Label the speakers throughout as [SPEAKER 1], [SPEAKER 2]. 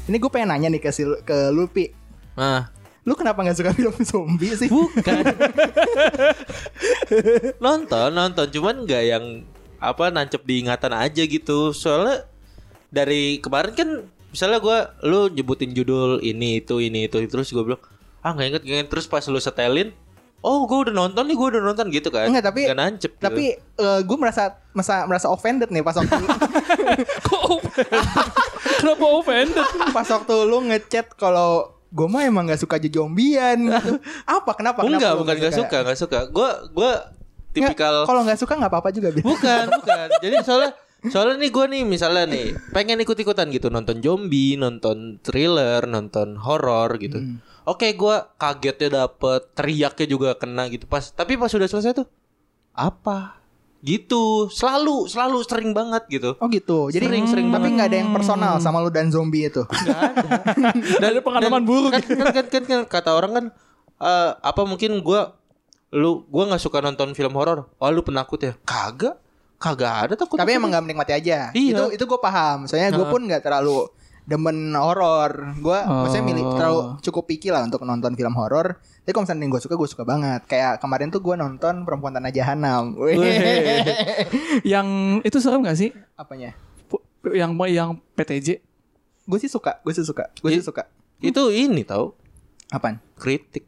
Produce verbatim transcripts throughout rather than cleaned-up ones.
[SPEAKER 1] Ini gue pengen nanya nih ke, sil- ke Lupi.
[SPEAKER 2] Nah,
[SPEAKER 1] Lu kenapa gak suka film zombie sih?
[SPEAKER 2] bukan. nonton, nonton, cuman nggak yang apa nancep di ingatan aja gitu. Soalnya dari kemarin kan, misalnya gue, lu nyebutin judul ini itu ini itu, terus gue bilang ah nggak inget, nggak inget. Terus pas lu setelin, oh gue udah nonton nih, gue udah nonton gitu kan.
[SPEAKER 1] Enggak, tapi
[SPEAKER 2] nggak nancep.
[SPEAKER 1] Tapi
[SPEAKER 2] gitu.
[SPEAKER 1] uh, gue merasa, merasa merasa offended nih pas waktu
[SPEAKER 3] Kok offended? Kenapa offended?
[SPEAKER 1] pas waktu lu ngechat kalau gue mah emang gak suka jombian gitu. Apa? Kenapa?
[SPEAKER 2] Enggak,
[SPEAKER 1] kenapa
[SPEAKER 2] bukan nggak suka, nggak suka. Gue gue tipikal.
[SPEAKER 1] Kalau nggak suka nggak apa-apa juga.
[SPEAKER 2] Bukan, bukan. Jadi soalnya soalnya nih gue nih misalnya nih pengen ikut-ikutan gitu, nonton zombie, nonton thriller, nonton horor gitu.
[SPEAKER 1] Hmm.
[SPEAKER 2] Oke, gue kagetnya dapet, teriaknya juga kena gitu pas. Tapi pas sudah selesai tuh apa? Gitu, selalu selalu sering banget gitu.
[SPEAKER 1] Oh gitu. Jadi
[SPEAKER 2] Sering, sering
[SPEAKER 1] tapi
[SPEAKER 2] banget.
[SPEAKER 1] nggak ada yang personal sama lu dan zombie itu.
[SPEAKER 2] Nggak ada.
[SPEAKER 3] Dan ada pengalaman buruk.
[SPEAKER 2] Kan, kan, kan, kan, kan kata orang kan eh, apa mungkin gue lu gue nggak suka nonton film horor. Oh lu penakut ya? Kagak, kagak ada takut.
[SPEAKER 1] Tapi emang nggak menikmati aja.
[SPEAKER 2] Iya.
[SPEAKER 1] Itu itu gue paham. Soalnya gue
[SPEAKER 2] Nah.
[SPEAKER 1] pun nggak terlalu demen horor. Gue
[SPEAKER 3] Oh.
[SPEAKER 1] maksudnya milih terlalu cukup picky lah untuk nonton film horor. Tapi kalau misalnya gue suka, gue suka banget. Kayak kemarin tuh gue nonton Perempuan Tanah Jahanam. Wih.
[SPEAKER 3] Yang itu serem gak sih?
[SPEAKER 1] Apanya?
[SPEAKER 3] Pu- Yang yang P T J.
[SPEAKER 1] Gue sih suka. Gue sih suka. Gue sih
[SPEAKER 2] I-
[SPEAKER 1] suka.
[SPEAKER 2] Itu ini tahu
[SPEAKER 1] Apaan?
[SPEAKER 2] kritik.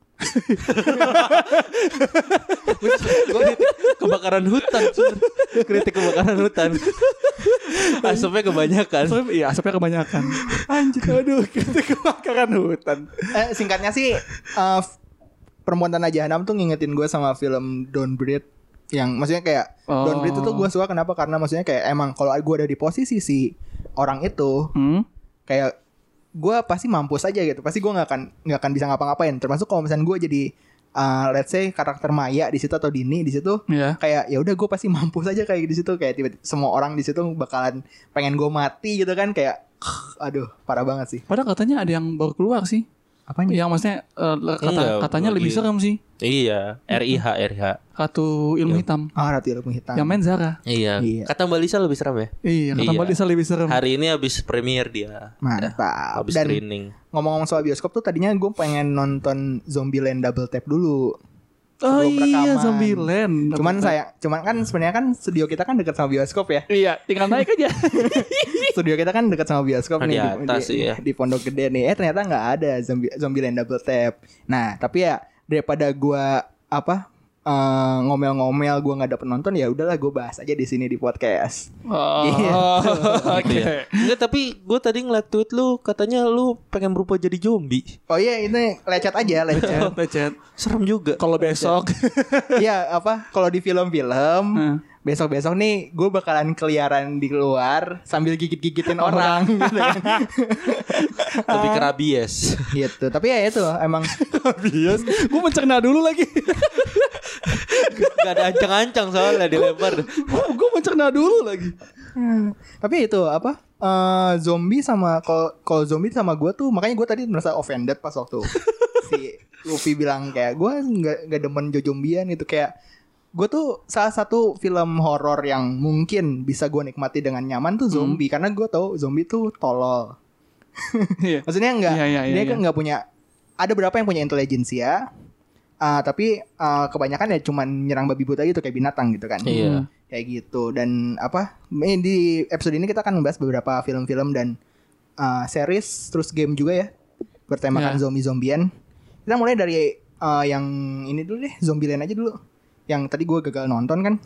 [SPEAKER 2] Kebakaran hutan, Sur. Kritik kebakaran hutan. Asapnya kebanyakan.
[SPEAKER 3] Serem, iya, asapnya kebanyakan. Anjir, aduh, kita kebakaran hutan.
[SPEAKER 1] Eh, singkatnya sih eh, f- Perempuan Tanah Jahanam tuh ngingetin gue sama film Don't Breathe. Yang maksudnya kayak
[SPEAKER 3] Oh.
[SPEAKER 1] Don't Breathe itu gue suka kenapa? Karena maksudnya kayak emang kalau gue ada di posisi si orang itu,
[SPEAKER 3] Hmm?
[SPEAKER 1] kayak gue pasti mampus aja gitu. Pasti gue nggak akan nggak akan bisa ngapa-ngapain. Termasuk kalau misalnya gue jadi uh, let's say karakter Maya di situ atau Dini di situ,
[SPEAKER 3] Iya.
[SPEAKER 1] kayak ya udah gue pasti mampus aja kayak di situ. Kayak tiba-tiba semua orang di situ bakalan pengen gue mati gitu kan. Kayak aduh parah banget sih.
[SPEAKER 3] Padahal katanya ada yang baru keluar sih.
[SPEAKER 1] Apanya?
[SPEAKER 3] Yang maksudnya eh, kata,
[SPEAKER 2] Enggak,
[SPEAKER 3] katanya
[SPEAKER 2] lagi-
[SPEAKER 3] lebih serem sih.
[SPEAKER 2] Iya, R I H R I H.
[SPEAKER 3] Ratu Ilmu Hitam.
[SPEAKER 1] Ah, Ratu Ilmu Hitam.
[SPEAKER 3] Yang main Zara.
[SPEAKER 2] Iya.
[SPEAKER 1] Iya.
[SPEAKER 2] Kata Mbak Lisa lebih seram ya?
[SPEAKER 3] Iya, kata
[SPEAKER 2] Iya.
[SPEAKER 3] Mbak Lisa lebih serem.
[SPEAKER 2] Hari ini habis premier dia.
[SPEAKER 1] Mantap.
[SPEAKER 2] Habis
[SPEAKER 1] Dan
[SPEAKER 2] screening.
[SPEAKER 1] ngomong-ngomong soal bioskop tuh tadinya gue pengen nonton Zombieland Double Tap dulu.
[SPEAKER 3] Oh
[SPEAKER 1] sebelum
[SPEAKER 3] iya,
[SPEAKER 1] rekaman.
[SPEAKER 3] Zombieland.
[SPEAKER 1] Cuman saya, cuman kan sebenarnya kan studio kita kan dekat sama bioskop ya.
[SPEAKER 3] Iya, tinggal naik aja.
[SPEAKER 1] Studio kita kan dekat sama bioskop
[SPEAKER 2] Di
[SPEAKER 1] nih
[SPEAKER 2] atas,
[SPEAKER 1] di,
[SPEAKER 2] iya.
[SPEAKER 1] di Pondok Gede nih. Eh ternyata nggak ada Zombie Zombieland Double Tap. Nah tapi ya daripada gue apa eh, ngomel-ngomel gue nggak dapet nonton, ya udahlah gue bahas aja di sini di podcast.
[SPEAKER 3] Oh,
[SPEAKER 1] Iya.
[SPEAKER 3] oke.
[SPEAKER 2] Gitu ya. Enggak, tapi gue tadi ngeliat tweet lu, katanya lu pengen berubah jadi zombie.
[SPEAKER 1] Oh iya ini lecet aja lecet.
[SPEAKER 3] Lecet.
[SPEAKER 2] Serem juga.
[SPEAKER 3] Kalau besok.
[SPEAKER 1] Iya apa kalau di film-film
[SPEAKER 3] Hmm.
[SPEAKER 1] besok-besok nih gue bakalan keliaran di luar sambil gigit-gigitin orang gitu kan.
[SPEAKER 2] Lebih ke rabies.
[SPEAKER 1] Gitu. Tapi ya itu emang
[SPEAKER 3] Bias. Gue mencerna dulu lagi.
[SPEAKER 2] Gak ada ancang-ancang soalnya dilempar.
[SPEAKER 3] Gue mencerna dulu lagi.
[SPEAKER 1] Hmm. Tapi itu apa eh, zombie sama kalau kalau zombie sama gue tuh makanya gue tadi merasa offended pas waktu si Luffy bilang kayak gue nggak nggak demen jojombian gitu. Kayak gue tuh salah satu film horor yang mungkin bisa gue nikmati dengan nyaman tuh zombie. Karena gue tahu zombie tuh tolol.
[SPEAKER 3] Iya.
[SPEAKER 1] Maksudnya nggak
[SPEAKER 3] Iya, iya, iya,
[SPEAKER 1] dia
[SPEAKER 3] iya.
[SPEAKER 1] kan nggak punya, ada beberapa yang punya intelijensia, uh, tapi uh, kebanyakan ya cuman nyerang babi buta gitu kayak binatang gitu kan.
[SPEAKER 2] Iya.
[SPEAKER 1] Kayak gitu. Dan apa ini di episode ini kita akan membahas beberapa film-film dan uh, series terus game juga ya bertemakan
[SPEAKER 3] Iya.
[SPEAKER 1] zombie-zombian. Kita mulai dari uh, yang ini dulu deh, Zombieland aja dulu. Yang tadi gue gagal nonton kan.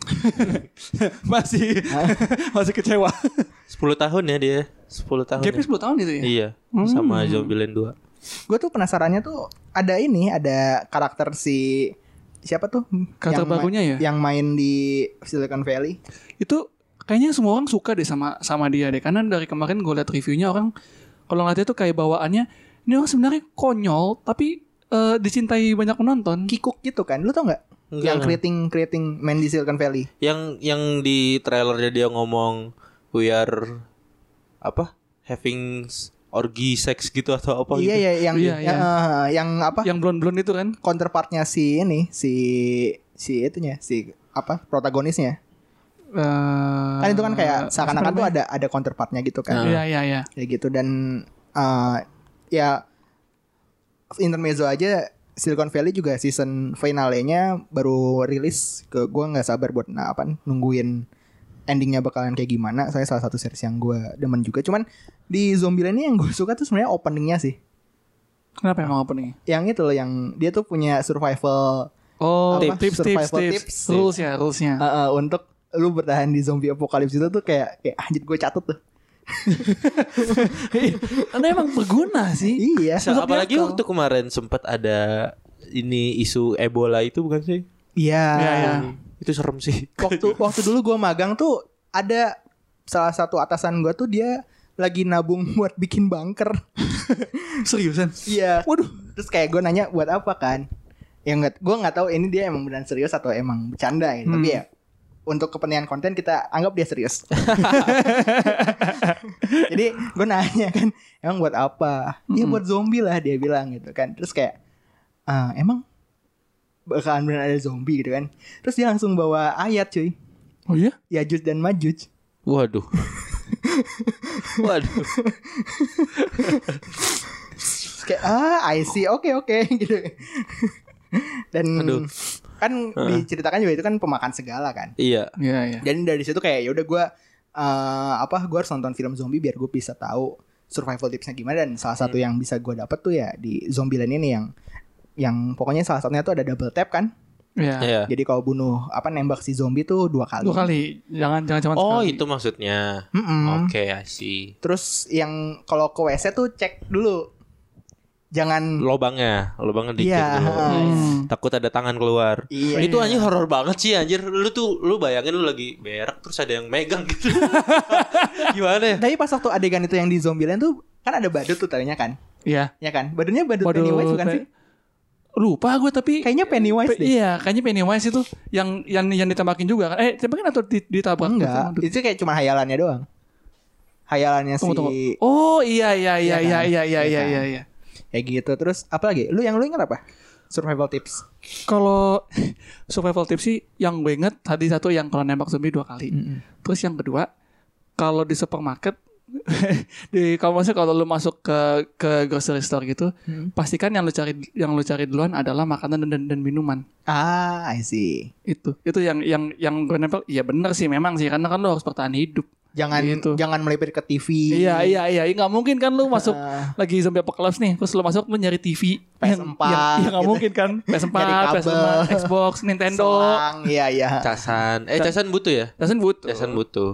[SPEAKER 3] Masih masih kecewa.
[SPEAKER 2] sepuluh tahun ya dia. sepuluh tahun.
[SPEAKER 3] Gapnya
[SPEAKER 2] ya.
[SPEAKER 3] sepuluh tahun itu ya?
[SPEAKER 2] Iya. Sama Zombieland dua.
[SPEAKER 1] Gue tuh penasarannya tuh ada ini, ada karakter si siapa tuh?
[SPEAKER 3] Karakter
[SPEAKER 1] Yang ma-
[SPEAKER 3] barunya ya?
[SPEAKER 1] Yang main di Silicon Valley.
[SPEAKER 3] Itu kayaknya semua orang suka deh sama sama dia deh. Karena dari kemarin gue liat reviewnya, orang kalau ngeliatnya tuh kayak bawaannya ini orang sebenarnya konyol tapi eh, dicintai banyak penonton.
[SPEAKER 1] Kikuk gitu kan. Lu tau gak?
[SPEAKER 2] Enggak.
[SPEAKER 1] Yang creating creating main di Silicon Valley.
[SPEAKER 2] Yang yang di trailernya dia ngomong we are apa? Having orgy sex gitu atau apa
[SPEAKER 1] Iya
[SPEAKER 2] gitu.
[SPEAKER 1] ya yang
[SPEAKER 3] Iya,
[SPEAKER 1] yang,
[SPEAKER 3] iya.
[SPEAKER 1] eh, yang apa?
[SPEAKER 3] Yang blond-blond itu kan?
[SPEAKER 1] Counterpartnya si ini si si itunya si apa protagonisnya
[SPEAKER 3] Eh,
[SPEAKER 1] kan itu kan kayak
[SPEAKER 3] apa
[SPEAKER 1] seakan-akan tuh
[SPEAKER 3] namanya?
[SPEAKER 1] ada ada counterpartnya gitu kan.
[SPEAKER 2] Nah.
[SPEAKER 3] Iya iya iya.
[SPEAKER 1] Kayak gitu. Dan uh, ya intermezzo aja. Silicon Valley juga season finalenya baru rilis ke gue, nggak sabar buat nah apa nungguin endingnya bakalan kayak gimana. Saya salah satu series yang gue demen juga. Cuman di Zombieland ini yang gue suka tuh sebenarnya openingnya sih.
[SPEAKER 3] Kenapa emang opening?
[SPEAKER 1] Yang itu loh, yang dia tuh punya survival.
[SPEAKER 3] Oh,
[SPEAKER 1] Apa?
[SPEAKER 3] tips, tips,
[SPEAKER 1] Survival
[SPEAKER 3] tips,
[SPEAKER 1] tips.
[SPEAKER 3] rules ya, rulesnya.
[SPEAKER 1] Uh, uh, untuk lu bertahan di zombie apocalypse itu tuh kayak kayak anjir gue catet tuh.
[SPEAKER 3] Karena emang berguna sih.
[SPEAKER 1] Iya.
[SPEAKER 2] So, apalagi waktu kemarin sempat ada ini isu Ebola itu bukan sih?
[SPEAKER 1] Iya.
[SPEAKER 3] Iya, iya.
[SPEAKER 2] Itu serem sih.
[SPEAKER 1] Waktu waktu dulu gue magang tuh ada salah satu atasan gue tuh dia lagi nabung buat bikin bunker.
[SPEAKER 3] Seriusan?
[SPEAKER 1] Iya.
[SPEAKER 3] Waduh.
[SPEAKER 1] Terus kayak gue nanya buat apa kan? Ya nggak, gue nggak tahu ini dia emang beneran serius atau emang bercanda ya.
[SPEAKER 3] Hmm.
[SPEAKER 1] Tapi ya untuk kepentingan konten kita anggap dia serius. Jadi gue nanya kan, emang buat apa? Ya buat zombie lah dia bilang gitu kan. Terus kayak, ah, emang bakalan beneran ada zombie gitu kan? Terus dia langsung bawa ayat cuy.
[SPEAKER 3] Oh iya?
[SPEAKER 1] Yajuj dan Majuj.
[SPEAKER 2] Waduh. Waduh.
[SPEAKER 1] Terus kayak ah I see, oke oke gitu. Dan
[SPEAKER 2] Aduh.
[SPEAKER 1] kan diceritakan juga itu kan pemakan segala kan.
[SPEAKER 2] Iya.
[SPEAKER 3] Iya, iya.
[SPEAKER 1] Dan dari situ kayak ya udah gue uh, apa gue harus nonton film zombie biar gue bisa tahu survival tipsnya gimana. Dan salah satu
[SPEAKER 2] Hmm.
[SPEAKER 1] yang bisa gue dapet tuh ya di Zombieland ini yang yang pokoknya salah satunya tuh ada double tap kan.
[SPEAKER 3] Iya.
[SPEAKER 2] Iya.
[SPEAKER 1] Jadi kalau bunuh apa nembak si zombie tuh dua kali.
[SPEAKER 3] Dua kali. Jangan jangan cuma
[SPEAKER 2] Oh,
[SPEAKER 3] sekali.
[SPEAKER 2] itu maksudnya.
[SPEAKER 1] Mm-mm.
[SPEAKER 2] Oke, I see.
[SPEAKER 1] Terus yang kalau ke W C tuh cek dulu. Jangan
[SPEAKER 2] Lobangnya, lobangnya dikit
[SPEAKER 1] Iya,
[SPEAKER 2] dulu.
[SPEAKER 3] Hmm.
[SPEAKER 2] Takut ada tangan keluar.
[SPEAKER 1] Iya.
[SPEAKER 2] Itu anjing horor banget sih anjir. Lu tuh lu bayangin lu lagi berak terus ada yang megang gitu. Gimana ya?
[SPEAKER 1] Tapi pas waktu adegan itu yang di Zombieland tuh kan ada badut tuh tadinya kan.
[SPEAKER 3] Iya.
[SPEAKER 1] Ya kan? Badutnya badut
[SPEAKER 3] Waduh,
[SPEAKER 1] Pennywise bukan
[SPEAKER 3] pe-
[SPEAKER 1] sih?
[SPEAKER 3] Lupa gue tapi
[SPEAKER 1] Kayaknya Pennywise
[SPEAKER 3] Pe-
[SPEAKER 1] deh.
[SPEAKER 3] Iya, kayaknya Pennywise itu yang yang yang ditembakin juga kan? Eh, tembakin atau di- ditabrak?
[SPEAKER 1] Enggak, itu kayak cuma hayalannya doang. Hayalannya
[SPEAKER 3] Tunggu,
[SPEAKER 1] si
[SPEAKER 3] tunggu. Oh iya iya iya
[SPEAKER 1] Iya
[SPEAKER 3] iya
[SPEAKER 1] kan?
[SPEAKER 3] iya iya
[SPEAKER 1] Iya
[SPEAKER 3] iya
[SPEAKER 1] kan?
[SPEAKER 3] iya. iya.
[SPEAKER 1] kayak gitu. Terus apa lagi? Lu yang lu ingat apa? Survival tips.
[SPEAKER 3] Kalau survival tips sih yang gue inget tadi satu yang kalau nembak zombie dua kali.
[SPEAKER 1] Mm-mm.
[SPEAKER 3] Terus yang kedua kalau di supermarket di kalau maksudnya kalau lu masuk ke ke grocery store gitu,
[SPEAKER 1] Hmm.
[SPEAKER 3] pastikan yang lu cari yang lu cari duluan adalah makanan dan dan, dan minuman.
[SPEAKER 1] Ah, I see.
[SPEAKER 3] Itu itu yang yang yang gue nempel. Iya benar sih memang sih karena kan lu harus bertahan hidup.
[SPEAKER 1] Jangan
[SPEAKER 3] Gitu.
[SPEAKER 1] jangan melipir ke T V.
[SPEAKER 3] Iya iya iya nggak mungkin kan lu masuk
[SPEAKER 1] Ah.
[SPEAKER 3] lagi zombie apocalypse nih terus lu masuk lu nyari T V
[SPEAKER 1] P S
[SPEAKER 3] yang-
[SPEAKER 1] empat,
[SPEAKER 3] yang- ya nggak
[SPEAKER 1] gitu.
[SPEAKER 3] mungkin kan P S empat,
[SPEAKER 1] Nyari
[SPEAKER 3] P S
[SPEAKER 1] kabel.
[SPEAKER 3] lima, Xbox, Nintendo,
[SPEAKER 1] Selang, iya iya.
[SPEAKER 2] Casan. Eh, casan butuh ya?
[SPEAKER 3] doesn't butuh
[SPEAKER 2] Casan butuh.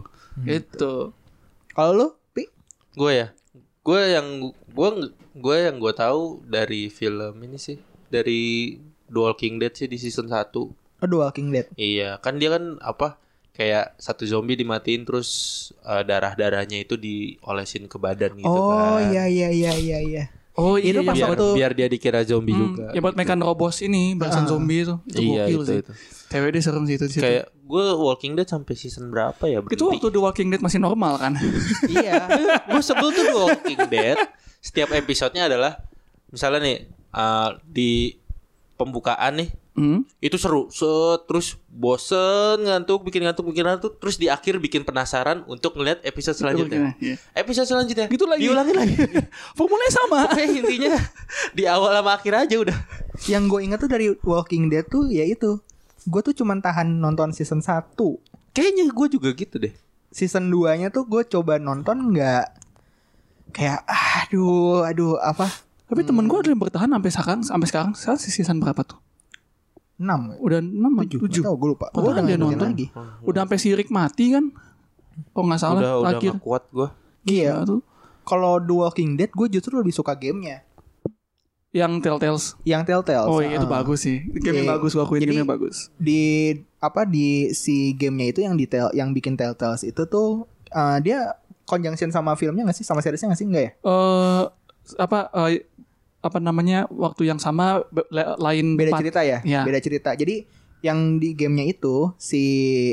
[SPEAKER 3] gitu.
[SPEAKER 1] Kalau lu, Pi?
[SPEAKER 2] Gue ya. Gue yang gue gue yang gue tahu dari film ini sih, dari The Walking Dead sih di season satu.
[SPEAKER 1] Oh, The Walking Dead.
[SPEAKER 2] Iya, kan dia kan apa? Kayak satu zombie dimatiin terus eh, darah-darahnya itu diolesin ke badan gitu
[SPEAKER 1] Oh,
[SPEAKER 2] kan.
[SPEAKER 1] iya iya iya iya iya.
[SPEAKER 3] Oh iya
[SPEAKER 1] Itu pas
[SPEAKER 3] iya,
[SPEAKER 2] Biar,
[SPEAKER 1] waktu-
[SPEAKER 2] biar dia dikira zombie
[SPEAKER 3] Hmm,
[SPEAKER 2] juga.
[SPEAKER 3] ya buat mekan robos ini barisan
[SPEAKER 1] Ah.
[SPEAKER 3] zombie itu itu
[SPEAKER 2] Iya,
[SPEAKER 3] gokil
[SPEAKER 2] itu,
[SPEAKER 3] sih.
[SPEAKER 2] itu.
[SPEAKER 3] T W D serem sih itu di situ.
[SPEAKER 2] Kayak gue Walking Dead sampai season berapa ya?
[SPEAKER 3] Itu waktu The Walking Dead masih normal kan.
[SPEAKER 1] Iya.
[SPEAKER 2] Gue sebel tuh The Walking Dead. Setiap episodenya adalah misalnya nih eh, di pembukaan nih
[SPEAKER 3] Hmm.
[SPEAKER 2] itu seru, set, terus bosen ngantuk, bikin ngantuk, bikin ngantuk, terus di akhir bikin penasaran untuk ngeliat episode selanjutnya.
[SPEAKER 3] Iya.
[SPEAKER 2] Episode selanjutnya
[SPEAKER 3] Gitu lagi.
[SPEAKER 2] diulangin lagi.
[SPEAKER 3] Formulanya sama.
[SPEAKER 2] Oke, intinya di awal sama akhir aja udah.
[SPEAKER 1] Yang gue ingat tuh dari Walking Dead tuh ya itu. Gue tuh cuman tahan nonton season satu.
[SPEAKER 2] Kayaknya gue juga gitu deh.
[SPEAKER 1] Season dua-nya tuh gue coba nonton nggak kayak aduh aduh apa
[SPEAKER 3] Tapi temen gue ada yang bertahan sampai sekarang sampai sekarang sekarang season berapa tuh?
[SPEAKER 1] enam
[SPEAKER 3] Udah enam
[SPEAKER 1] tujuh
[SPEAKER 3] tujuh.
[SPEAKER 1] gue lupa.
[SPEAKER 3] Bertahan
[SPEAKER 1] Gue udah
[SPEAKER 3] dia
[SPEAKER 1] nggak
[SPEAKER 3] nonton.
[SPEAKER 1] lagi.
[SPEAKER 3] Udah sampai si Rick mati kan? Kok nggak salah
[SPEAKER 2] Udah udah
[SPEAKER 3] terakhir.
[SPEAKER 2] gak kuat gue.
[SPEAKER 1] Iya.
[SPEAKER 3] Nah, tuh.
[SPEAKER 1] Kalau The Walking Dead gue justru lebih suka gamenya.
[SPEAKER 3] Yang Telltales.
[SPEAKER 1] Yang Telltale.
[SPEAKER 3] Oh iya itu bagus sih. Gamenya
[SPEAKER 1] Iya.
[SPEAKER 3] bagus, gua akuin
[SPEAKER 1] Jadi-
[SPEAKER 3] gamenya bagus.
[SPEAKER 1] Di apa di si gamenya itu yang detail yang bikin Telltales itu tuh eh, dia conjunction sama filmnya nggak sih, sama seriesnya nggak sih, enggak ya?
[SPEAKER 3] Eh apa eh, apa namanya waktu yang sama be- le- lain
[SPEAKER 1] Beda
[SPEAKER 3] part.
[SPEAKER 1] cerita ya?
[SPEAKER 3] Iya.
[SPEAKER 1] Beda cerita. Jadi yang di gamenya itu si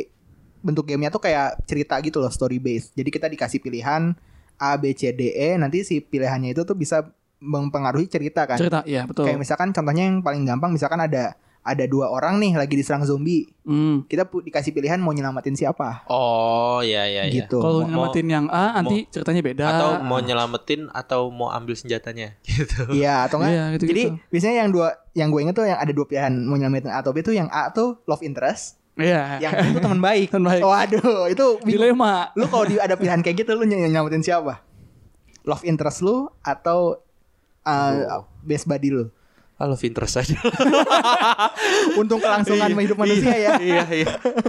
[SPEAKER 1] bentuk gamenya tuh kayak cerita gitu loh, story based. Jadi kita dikasih pilihan A, B, C, D, E. Nanti si pilihannya itu tuh bisa mempengaruhi cerita kan.
[SPEAKER 3] Cerita, iya betul.
[SPEAKER 1] Kayak misalkan contohnya yang paling gampang, misalkan ada ada dua orang nih lagi diserang zombie.
[SPEAKER 3] Hmm.
[SPEAKER 1] Kita pu- dikasih pilihan mau nyelamatin siapa.
[SPEAKER 2] Oh iya iya iya.
[SPEAKER 1] Gitu.
[SPEAKER 3] Kalau
[SPEAKER 2] Mau-
[SPEAKER 3] nyelamatin yang A nanti ceritanya beda.
[SPEAKER 2] Atau mau nyelamatin atau mau ambil senjatanya gitu.
[SPEAKER 1] Iya atau enggak?
[SPEAKER 3] Iya, gitu-gitu.
[SPEAKER 1] Jadi biasanya yang dua, yang gue inget tuh yang ada dua pilihan mau nyelamatin A atau B tuh yang A tuh love interest,
[SPEAKER 3] Iya.
[SPEAKER 1] yang B tuh teman baik.
[SPEAKER 3] Teman baik.
[SPEAKER 1] Waduh, itu bingung.
[SPEAKER 3] Dilema.
[SPEAKER 1] Lu kalau di ada pilihan kayak gitu lu ny- nyelamatin siapa? Love interest lu atau uh, best buddy lu?
[SPEAKER 2] Halo interest aja.
[SPEAKER 1] Untung kelangsungan hidup manusia ya.
[SPEAKER 2] Iya iya.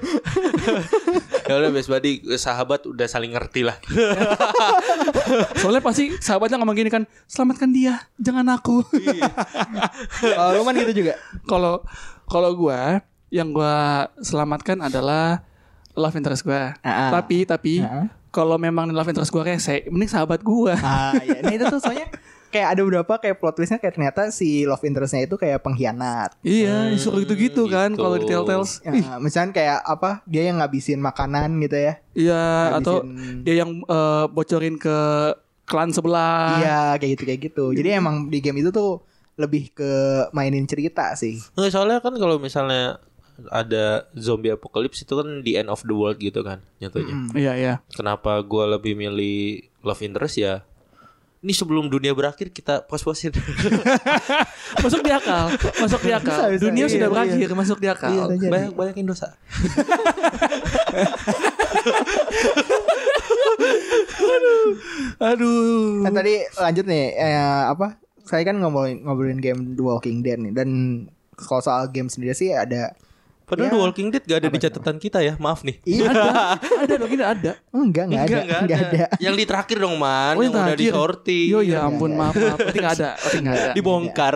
[SPEAKER 2] Ya udah best buddy, sahabat udah saling ngerti lah.
[SPEAKER 3] Soalnya pasti sahabatnya ngomong gini kan, selamatkan dia, jangan aku.
[SPEAKER 1] Kalau lu man gitu juga.
[SPEAKER 3] Kalau kalau gue yang gue selamatkan adalah love interest gue.
[SPEAKER 1] Ah.
[SPEAKER 3] Tapi tapi
[SPEAKER 1] Ah.
[SPEAKER 3] kalau memang love interest gue rese, mending sahabat gue.
[SPEAKER 1] Ah ya, nah itu tuh soalnya kayak ada beberapa kayak plot twistnya kayak ternyata si love interestnya itu kayak pengkhianat.
[SPEAKER 3] Iya, disuruh gitu-gitu kan
[SPEAKER 2] gitu.
[SPEAKER 3] kalau di Telltales.
[SPEAKER 1] Ya,
[SPEAKER 3] Ih,
[SPEAKER 1] misalnya kayak apa? Dia yang ngabisin makanan gitu ya.
[SPEAKER 3] iya, atau
[SPEAKER 1] Ngabisin-
[SPEAKER 3] dia yang eh, bocorin ke klan sebelah.
[SPEAKER 1] Iya, kayak gitu kayak gitu. Jadi emang di game itu tuh lebih ke mainin cerita sih.
[SPEAKER 2] Nggak, soalnya kan kalau misalnya ada zombie apocalypse itu kan the end of the world gitu kan nyatanya.
[SPEAKER 3] Iya, iya.
[SPEAKER 2] Kenapa gue lebih milih love interest ya? Ini sebelum dunia berakhir kita pos-posin.
[SPEAKER 3] Masuk di akal, masuk di akal.
[SPEAKER 1] Bisa, bisa.
[SPEAKER 3] Dunia
[SPEAKER 1] Iya,
[SPEAKER 3] sudah
[SPEAKER 1] iya.
[SPEAKER 3] berakhir, masuk di akal.
[SPEAKER 1] Iya, jadi.
[SPEAKER 2] Banyak banyakin dosa.
[SPEAKER 3] Aduh.
[SPEAKER 1] Nah, tadi lanjut nih eh, apa? Saya kan ngobrolin ngobrolin game The Walking Dead nih dan kalau soal game sendiri sih ada
[SPEAKER 2] Padahal
[SPEAKER 1] Ya.
[SPEAKER 2] The Walking Dead gak ada di catatan kita ya. Maaf nih.
[SPEAKER 1] iya
[SPEAKER 3] Ada, ada dong, ini ada.
[SPEAKER 1] enggak enggak ada
[SPEAKER 2] Enggak,
[SPEAKER 1] enggak ada.
[SPEAKER 2] Yang di terakhir dong man.
[SPEAKER 3] Oh,
[SPEAKER 2] yang udah
[SPEAKER 3] terakhir.
[SPEAKER 2] disortir.
[SPEAKER 3] Yo ya ampun, maaf maaf. Berarti nggak ada, berarti nggak ada.
[SPEAKER 2] Dibongkar.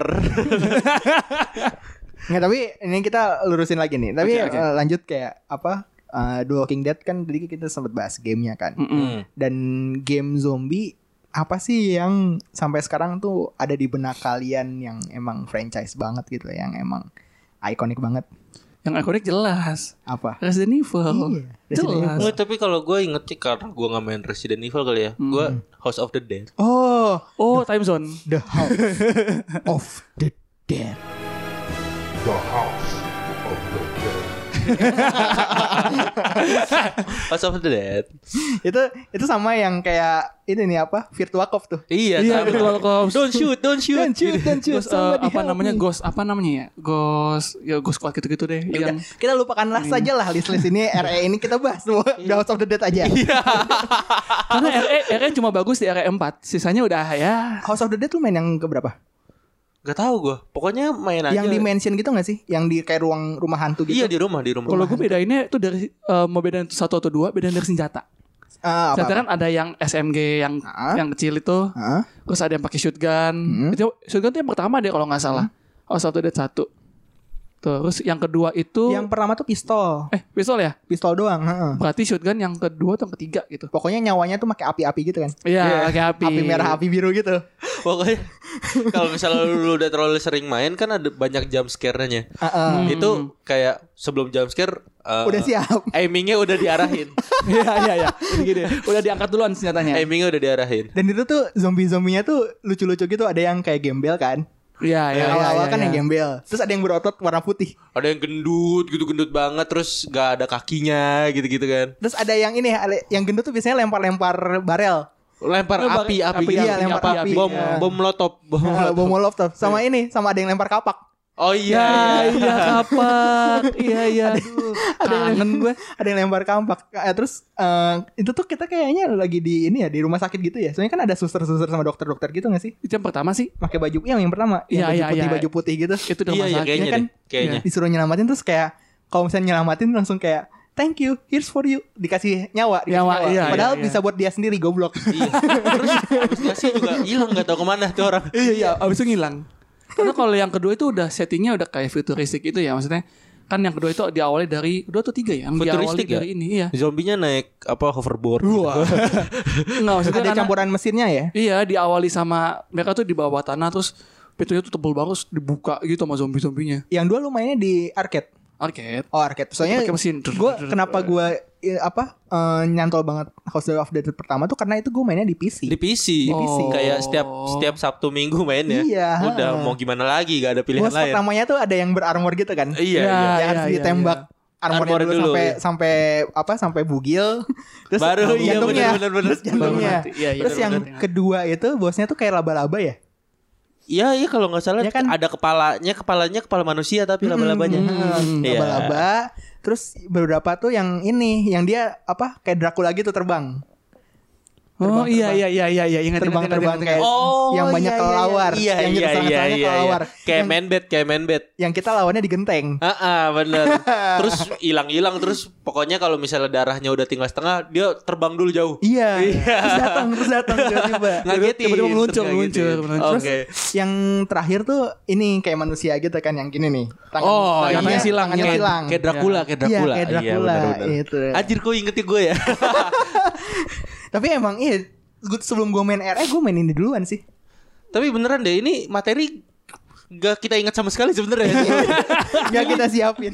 [SPEAKER 1] Nggak, tapi ini kita lurusin lagi nih. Tapi
[SPEAKER 3] Oke, oke.
[SPEAKER 1] eh, lanjut kayak apa? eh, The Walking Dead kan tadi kita sempat bahas gamenya kan.
[SPEAKER 3] Mm-mm.
[SPEAKER 1] Dan game zombie apa sih yang sampai sekarang tuh ada di benak kalian yang emang franchise banget gitu, yang emang ikonik banget?
[SPEAKER 3] Yang ikonik jelas.
[SPEAKER 1] Apa?
[SPEAKER 3] Resident Evil.
[SPEAKER 1] Iya, Resident
[SPEAKER 3] jelas.
[SPEAKER 2] Nggak, tapi kalau gue inget sih karena gue gak main Resident Evil kali ya. Gue House of the Dead.
[SPEAKER 1] Oh,
[SPEAKER 3] Oh, Time Zone.
[SPEAKER 1] The House of the Dead.
[SPEAKER 4] The House of the Dead.
[SPEAKER 2] House of the Dead.
[SPEAKER 1] itu itu sama yang kayak ini nih apa? Virtua Cop tuh.
[SPEAKER 2] Iya,
[SPEAKER 3] Iya,
[SPEAKER 2] tahu.
[SPEAKER 3] Virtual Cops.
[SPEAKER 2] Don't shoot, don't shoot.
[SPEAKER 1] Don't shoot, don't shoot.
[SPEAKER 3] Ghost, eh,
[SPEAKER 1] somebody
[SPEAKER 3] apa
[SPEAKER 1] help
[SPEAKER 3] namanya
[SPEAKER 1] me.
[SPEAKER 3] Ghost apa namanya ya Ghost ya Ghost Squad gitu-gitu deh
[SPEAKER 1] Ya
[SPEAKER 3] yang
[SPEAKER 1] udah, kita lupakanlah saja lah list-list ini R E ini kita bahas semua The House of the Dead aja.
[SPEAKER 3] karena R E R E cuma bagus di R E empat sisanya udah ya
[SPEAKER 1] House of the Dead lu main yang keberapa?
[SPEAKER 2] Gak tahu gue. Pokoknya main aja.
[SPEAKER 1] Yang di mansion gitu gak sih? Yang di kayak ruang rumah hantu gitu.
[SPEAKER 2] Iya di rumah, di rumah.
[SPEAKER 3] kalau gue bedainnya tuh dari eh, mau bedain satu atau dua bedain dari senjata.
[SPEAKER 1] Ah, apa,
[SPEAKER 3] Senjata kan ada yang S M G yang
[SPEAKER 1] Ah.
[SPEAKER 3] yang kecil itu,
[SPEAKER 1] Hah?
[SPEAKER 3] terus ada yang pakai shotgun. Itu shotgun tuh yang pertama deh kalau nggak salah. Oh satu ada satu. Terus yang kedua itu
[SPEAKER 1] Yang pertama tuh pistol.
[SPEAKER 3] eh pistol ya.
[SPEAKER 1] Pistol doang, heeh.
[SPEAKER 3] Berarti shotgun yang kedua atau yang ketiga gitu.
[SPEAKER 1] Pokoknya nyawanya tuh pakai api-api gitu kan.
[SPEAKER 3] Iya, pakai api.
[SPEAKER 1] Api merah, api biru gitu.
[SPEAKER 2] Pokoknya kalau misalnya lu udah terlalu sering main kan ada banyak jump scare-nya.
[SPEAKER 1] Heeh.
[SPEAKER 2] Itu kayak sebelum jump scare uh,
[SPEAKER 1] Udah siap.
[SPEAKER 2] aimingnya udah diarahin.
[SPEAKER 3] Iya iya iya. Gini, udah diangkat duluan senjatanya.
[SPEAKER 2] aimingnya udah diarahin.
[SPEAKER 1] Dan itu tuh zombie-zombinya tuh lucu-lucu gitu. Ada yang kayak gembel kan.
[SPEAKER 3] Iya iya iya.
[SPEAKER 1] Awal-awal
[SPEAKER 3] iya,
[SPEAKER 1] kan
[SPEAKER 3] iya.
[SPEAKER 1] yang gembel. Terus ada yang berotot warna putih.
[SPEAKER 2] Ada yang gendut gitu, gendut banget, terus gak ada kakinya gitu-gitu kan.
[SPEAKER 1] Terus ada yang ini, ada- yang gendut tuh biasanya lempar-lempar barel.
[SPEAKER 2] Lempar
[SPEAKER 3] Lempar
[SPEAKER 2] api, api,
[SPEAKER 3] api,
[SPEAKER 1] iya, lempar api.
[SPEAKER 2] bom,
[SPEAKER 1] Iya.
[SPEAKER 2] bom molotov, bom
[SPEAKER 1] Nah,
[SPEAKER 2] molotov.
[SPEAKER 1] bom molotov. Sama ini, sama ada yang lempar kapak.
[SPEAKER 2] Oh
[SPEAKER 3] Iya
[SPEAKER 2] iya,
[SPEAKER 3] iya kapak. Iya iya. Aduh. Kangen gue.
[SPEAKER 1] Ada yang lempar kampak. Eh, terus eh, itu tuh kita kayaknya lagi di ini ya, di rumah sakit gitu ya. Soalnya kan ada suster-suster sama dokter-dokter gitu gak sih?
[SPEAKER 3] Itu yang pertama sih.
[SPEAKER 1] Pakai baju yang yang pertama, yang baju
[SPEAKER 3] Iya, iya,
[SPEAKER 1] putih
[SPEAKER 3] iya.
[SPEAKER 1] baju putih gitu.
[SPEAKER 3] Itu udah
[SPEAKER 2] iya, iya
[SPEAKER 3] masalah.
[SPEAKER 2] kayaknya
[SPEAKER 1] kan?
[SPEAKER 2] deh, kayaknya.
[SPEAKER 1] Disuruh nyelamatin terus kayak kalau misalnya nyelamatin langsung kayak thank you, here's for you, dikasih nyawa, dikasih
[SPEAKER 3] Nyawa, iya,
[SPEAKER 1] Padahal
[SPEAKER 3] iya,
[SPEAKER 1] bisa buat dia sendiri goblok.
[SPEAKER 2] Iya. Terus habis ngasih juga hilang nggak tahu kemana tuh orang.
[SPEAKER 3] Iya iya. Abis itu ngilang. Karena kalau yang kedua itu udah settingnya udah kayak futuristik itu ya, maksudnya kan yang kedua itu diawali dari dua atau tiga ya, yang diawali
[SPEAKER 2] Futuristik ya?
[SPEAKER 3] dari ini iya.
[SPEAKER 2] Zombinya naik apa hoverboard.
[SPEAKER 3] Wah. Enggak maksudnya
[SPEAKER 1] Ada
[SPEAKER 3] karena-
[SPEAKER 1] campuran mesinnya ya.
[SPEAKER 3] Iya, diawali sama mereka tuh di bawah tanah terus pintunya tuh tebel banget terus dibuka gitu sama zombie-zombinya.
[SPEAKER 1] Yang dua lu mainnya di arcade.
[SPEAKER 3] Arcade.
[SPEAKER 1] Oh arcade. Soalnya
[SPEAKER 3] Pakai mesin.
[SPEAKER 1] gue kenapa gue i- apa eh, nyantol banget House of the Dead pertama tuh karena itu gue mainnya di P C.
[SPEAKER 2] Di P C.
[SPEAKER 1] Di P C.
[SPEAKER 2] Kayak setiap setiap Sabtu Minggu main ya.
[SPEAKER 1] Iya,
[SPEAKER 2] Udah
[SPEAKER 1] ha.
[SPEAKER 2] mau gimana lagi, gak ada pilihan
[SPEAKER 1] Bos
[SPEAKER 2] lain.
[SPEAKER 1] pertamanya tuh ada yang berarmor gitu kan.
[SPEAKER 2] Iya,
[SPEAKER 3] Ya,
[SPEAKER 2] iya.
[SPEAKER 1] Yang
[SPEAKER 3] iya,
[SPEAKER 1] harus
[SPEAKER 3] iya,
[SPEAKER 1] ditembak armornya
[SPEAKER 2] Armornya
[SPEAKER 1] dulu,
[SPEAKER 2] dulu,
[SPEAKER 1] sampai
[SPEAKER 2] iya.
[SPEAKER 1] sampai apa sampai bugil. Terus
[SPEAKER 2] Baru iya
[SPEAKER 1] jantungnya.
[SPEAKER 2] benar benar benar.
[SPEAKER 1] Terus jantungnya.
[SPEAKER 3] Baru mati. Iya, iya,
[SPEAKER 1] Terus
[SPEAKER 3] benar,
[SPEAKER 1] yang
[SPEAKER 3] benar.
[SPEAKER 1] kedua itu bosnya tuh kayak laba-laba ya.
[SPEAKER 2] Iya, iya kalau nggak salah
[SPEAKER 1] Ya kan?
[SPEAKER 2] ada kepalanya, kepalanya kepala manusia tapi laba-labanya.
[SPEAKER 1] Hmm,
[SPEAKER 2] Iya.
[SPEAKER 1] laba-laba. Terus beberapa tuh yang ini, yang dia apa kayak Dracula gitu terbang.
[SPEAKER 3] Oh iya iya iya iya iya ingat
[SPEAKER 1] Terbang
[SPEAKER 3] ingat, ingat,
[SPEAKER 1] terbang
[SPEAKER 3] ingat,
[SPEAKER 1] kayak
[SPEAKER 3] ingat.
[SPEAKER 2] Oh,
[SPEAKER 1] yang banyak
[SPEAKER 2] iya, iya,
[SPEAKER 1] kelawar.
[SPEAKER 2] Iya,
[SPEAKER 1] yang kita
[SPEAKER 2] iya, iya,
[SPEAKER 1] serang-serangnya
[SPEAKER 2] iya,
[SPEAKER 1] kelawar.
[SPEAKER 2] iya. Kayak
[SPEAKER 1] Yang,
[SPEAKER 2] man bed, kayak man bed.
[SPEAKER 1] yang kita lawannya di genteng.
[SPEAKER 2] Ah, ah, bener. Terus hilang-hilang terus pokoknya kalau misalnya darahnya udah tinggal setengah, dia terbang dulu jauh.
[SPEAKER 1] Iya.
[SPEAKER 2] Iya.
[SPEAKER 1] Terus datang, terus datang tiba-tiba.
[SPEAKER 2] Ngagetin.
[SPEAKER 3] Tiba-tiba meluncur,
[SPEAKER 2] terus ngagetin.
[SPEAKER 3] meluncur, meluncur.
[SPEAKER 2] Oke.
[SPEAKER 1] Yang terakhir tuh ini kayak manusia gitu kan, yang gini nih. Tangan,
[SPEAKER 2] Oh,
[SPEAKER 1] tangannya
[SPEAKER 3] iya. silang,
[SPEAKER 1] tangannya
[SPEAKER 3] iya.
[SPEAKER 1] silang.
[SPEAKER 2] Kayak Dracula, kayak
[SPEAKER 1] Iya,
[SPEAKER 2] Dracula.
[SPEAKER 1] kayak Dracula.
[SPEAKER 2] benar-benar.
[SPEAKER 1] Itu.
[SPEAKER 2] Anjir kok ingetin gue ya.
[SPEAKER 1] Tapi emang iya, gua- sebelum gue main R E gue main ini duluan sih.
[SPEAKER 2] Tapi beneran deh ini materi gak kita ingat sama sekali sebenarnya.
[SPEAKER 1] Gak kita siapin.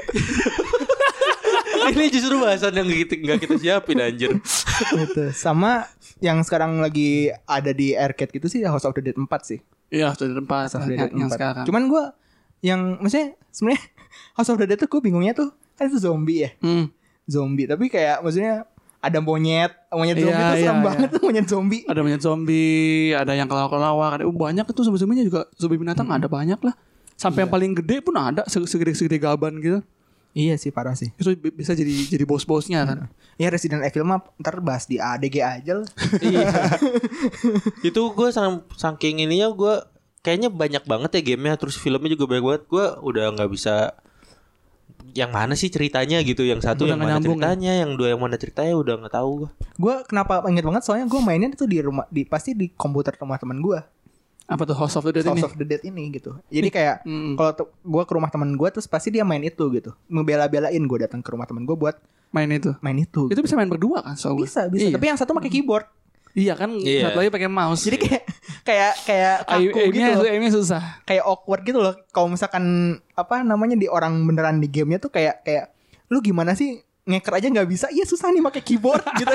[SPEAKER 2] Ini justru bahasan yang kita, gak kita siapin anjir.
[SPEAKER 1] Gitu. Sama yang sekarang lagi ada di arcade gitu sih House of the Dead empat sih.
[SPEAKER 3] Iya sudah tempat
[SPEAKER 1] House of the Dead
[SPEAKER 3] yang
[SPEAKER 1] empat.
[SPEAKER 3] sekarang.
[SPEAKER 1] Cuman gue yang maksudnya sebenarnya House of the Dead tuh gue bingungnya tuh kan itu zombie ya.
[SPEAKER 3] Hmm.
[SPEAKER 1] Zombie tapi kayak maksudnya ada monyet, monyet
[SPEAKER 3] Iya,
[SPEAKER 1] zombie tuh serem
[SPEAKER 3] iya,
[SPEAKER 1] banget
[SPEAKER 3] iya.
[SPEAKER 1] tuh monyet zombie.
[SPEAKER 3] Ada banyak zombie, ada yang kelawar-kelawar, ada uh, banyak itu zombie-zombinya juga zombie binatang ada banyak lah. Sampai yang paling gede pun ada se- segede-segede gaban gitu.
[SPEAKER 1] Iya sih parah sih.
[SPEAKER 3] Itu bi- bisa jadi jadi bos-bosnya kan.
[SPEAKER 1] Ya Resident Evil mah ntar bahas di A D G aja lah.
[SPEAKER 2] Iya. Itu gue sang, saking ininya gue kayaknya banyak banget ya gamenya, terus filmnya juga banyak banget. Gue udah nggak bisa yang mana sih ceritanya gitu, yang satu
[SPEAKER 3] Udah
[SPEAKER 2] yang
[SPEAKER 3] nggak
[SPEAKER 2] mana
[SPEAKER 3] nyambung
[SPEAKER 2] ceritanya, yang dua yang mana ceritanya udah nggak tahu gue.
[SPEAKER 1] Gue kenapa inget banget soalnya gue mainnya tuh di rumah di pasti di komputer rumah teman gue.
[SPEAKER 3] Apa tuh House of the Dead
[SPEAKER 1] House
[SPEAKER 3] ini?
[SPEAKER 1] of the Dead ini gitu. Jadi kayak
[SPEAKER 3] Mm.
[SPEAKER 1] kalau tu- gue ke rumah teman gue terus pasti dia main itu gitu. Ngebela-belain gue datang ke rumah teman gue buat
[SPEAKER 3] Main itu.
[SPEAKER 1] main itu.
[SPEAKER 3] Itu bisa main berdua kan soalnya.
[SPEAKER 1] bisa bisa.
[SPEAKER 3] Iya.
[SPEAKER 1] Tapi yang satu pakai keyboard.
[SPEAKER 3] Iya kan
[SPEAKER 2] Iya.
[SPEAKER 3] satu lagi pakai mouse.
[SPEAKER 1] Jadi kayak kayak kayak kaku gitu
[SPEAKER 3] aimnya
[SPEAKER 1] loh.
[SPEAKER 3] aimnya susah.
[SPEAKER 1] Kayak awkward gitu loh. Kalau misalkan apa namanya di orang beneran di gamenya tuh kayak kayak lu gimana sih ngeker aja nggak bisa. Iya susah nih pakai keyboard gitu.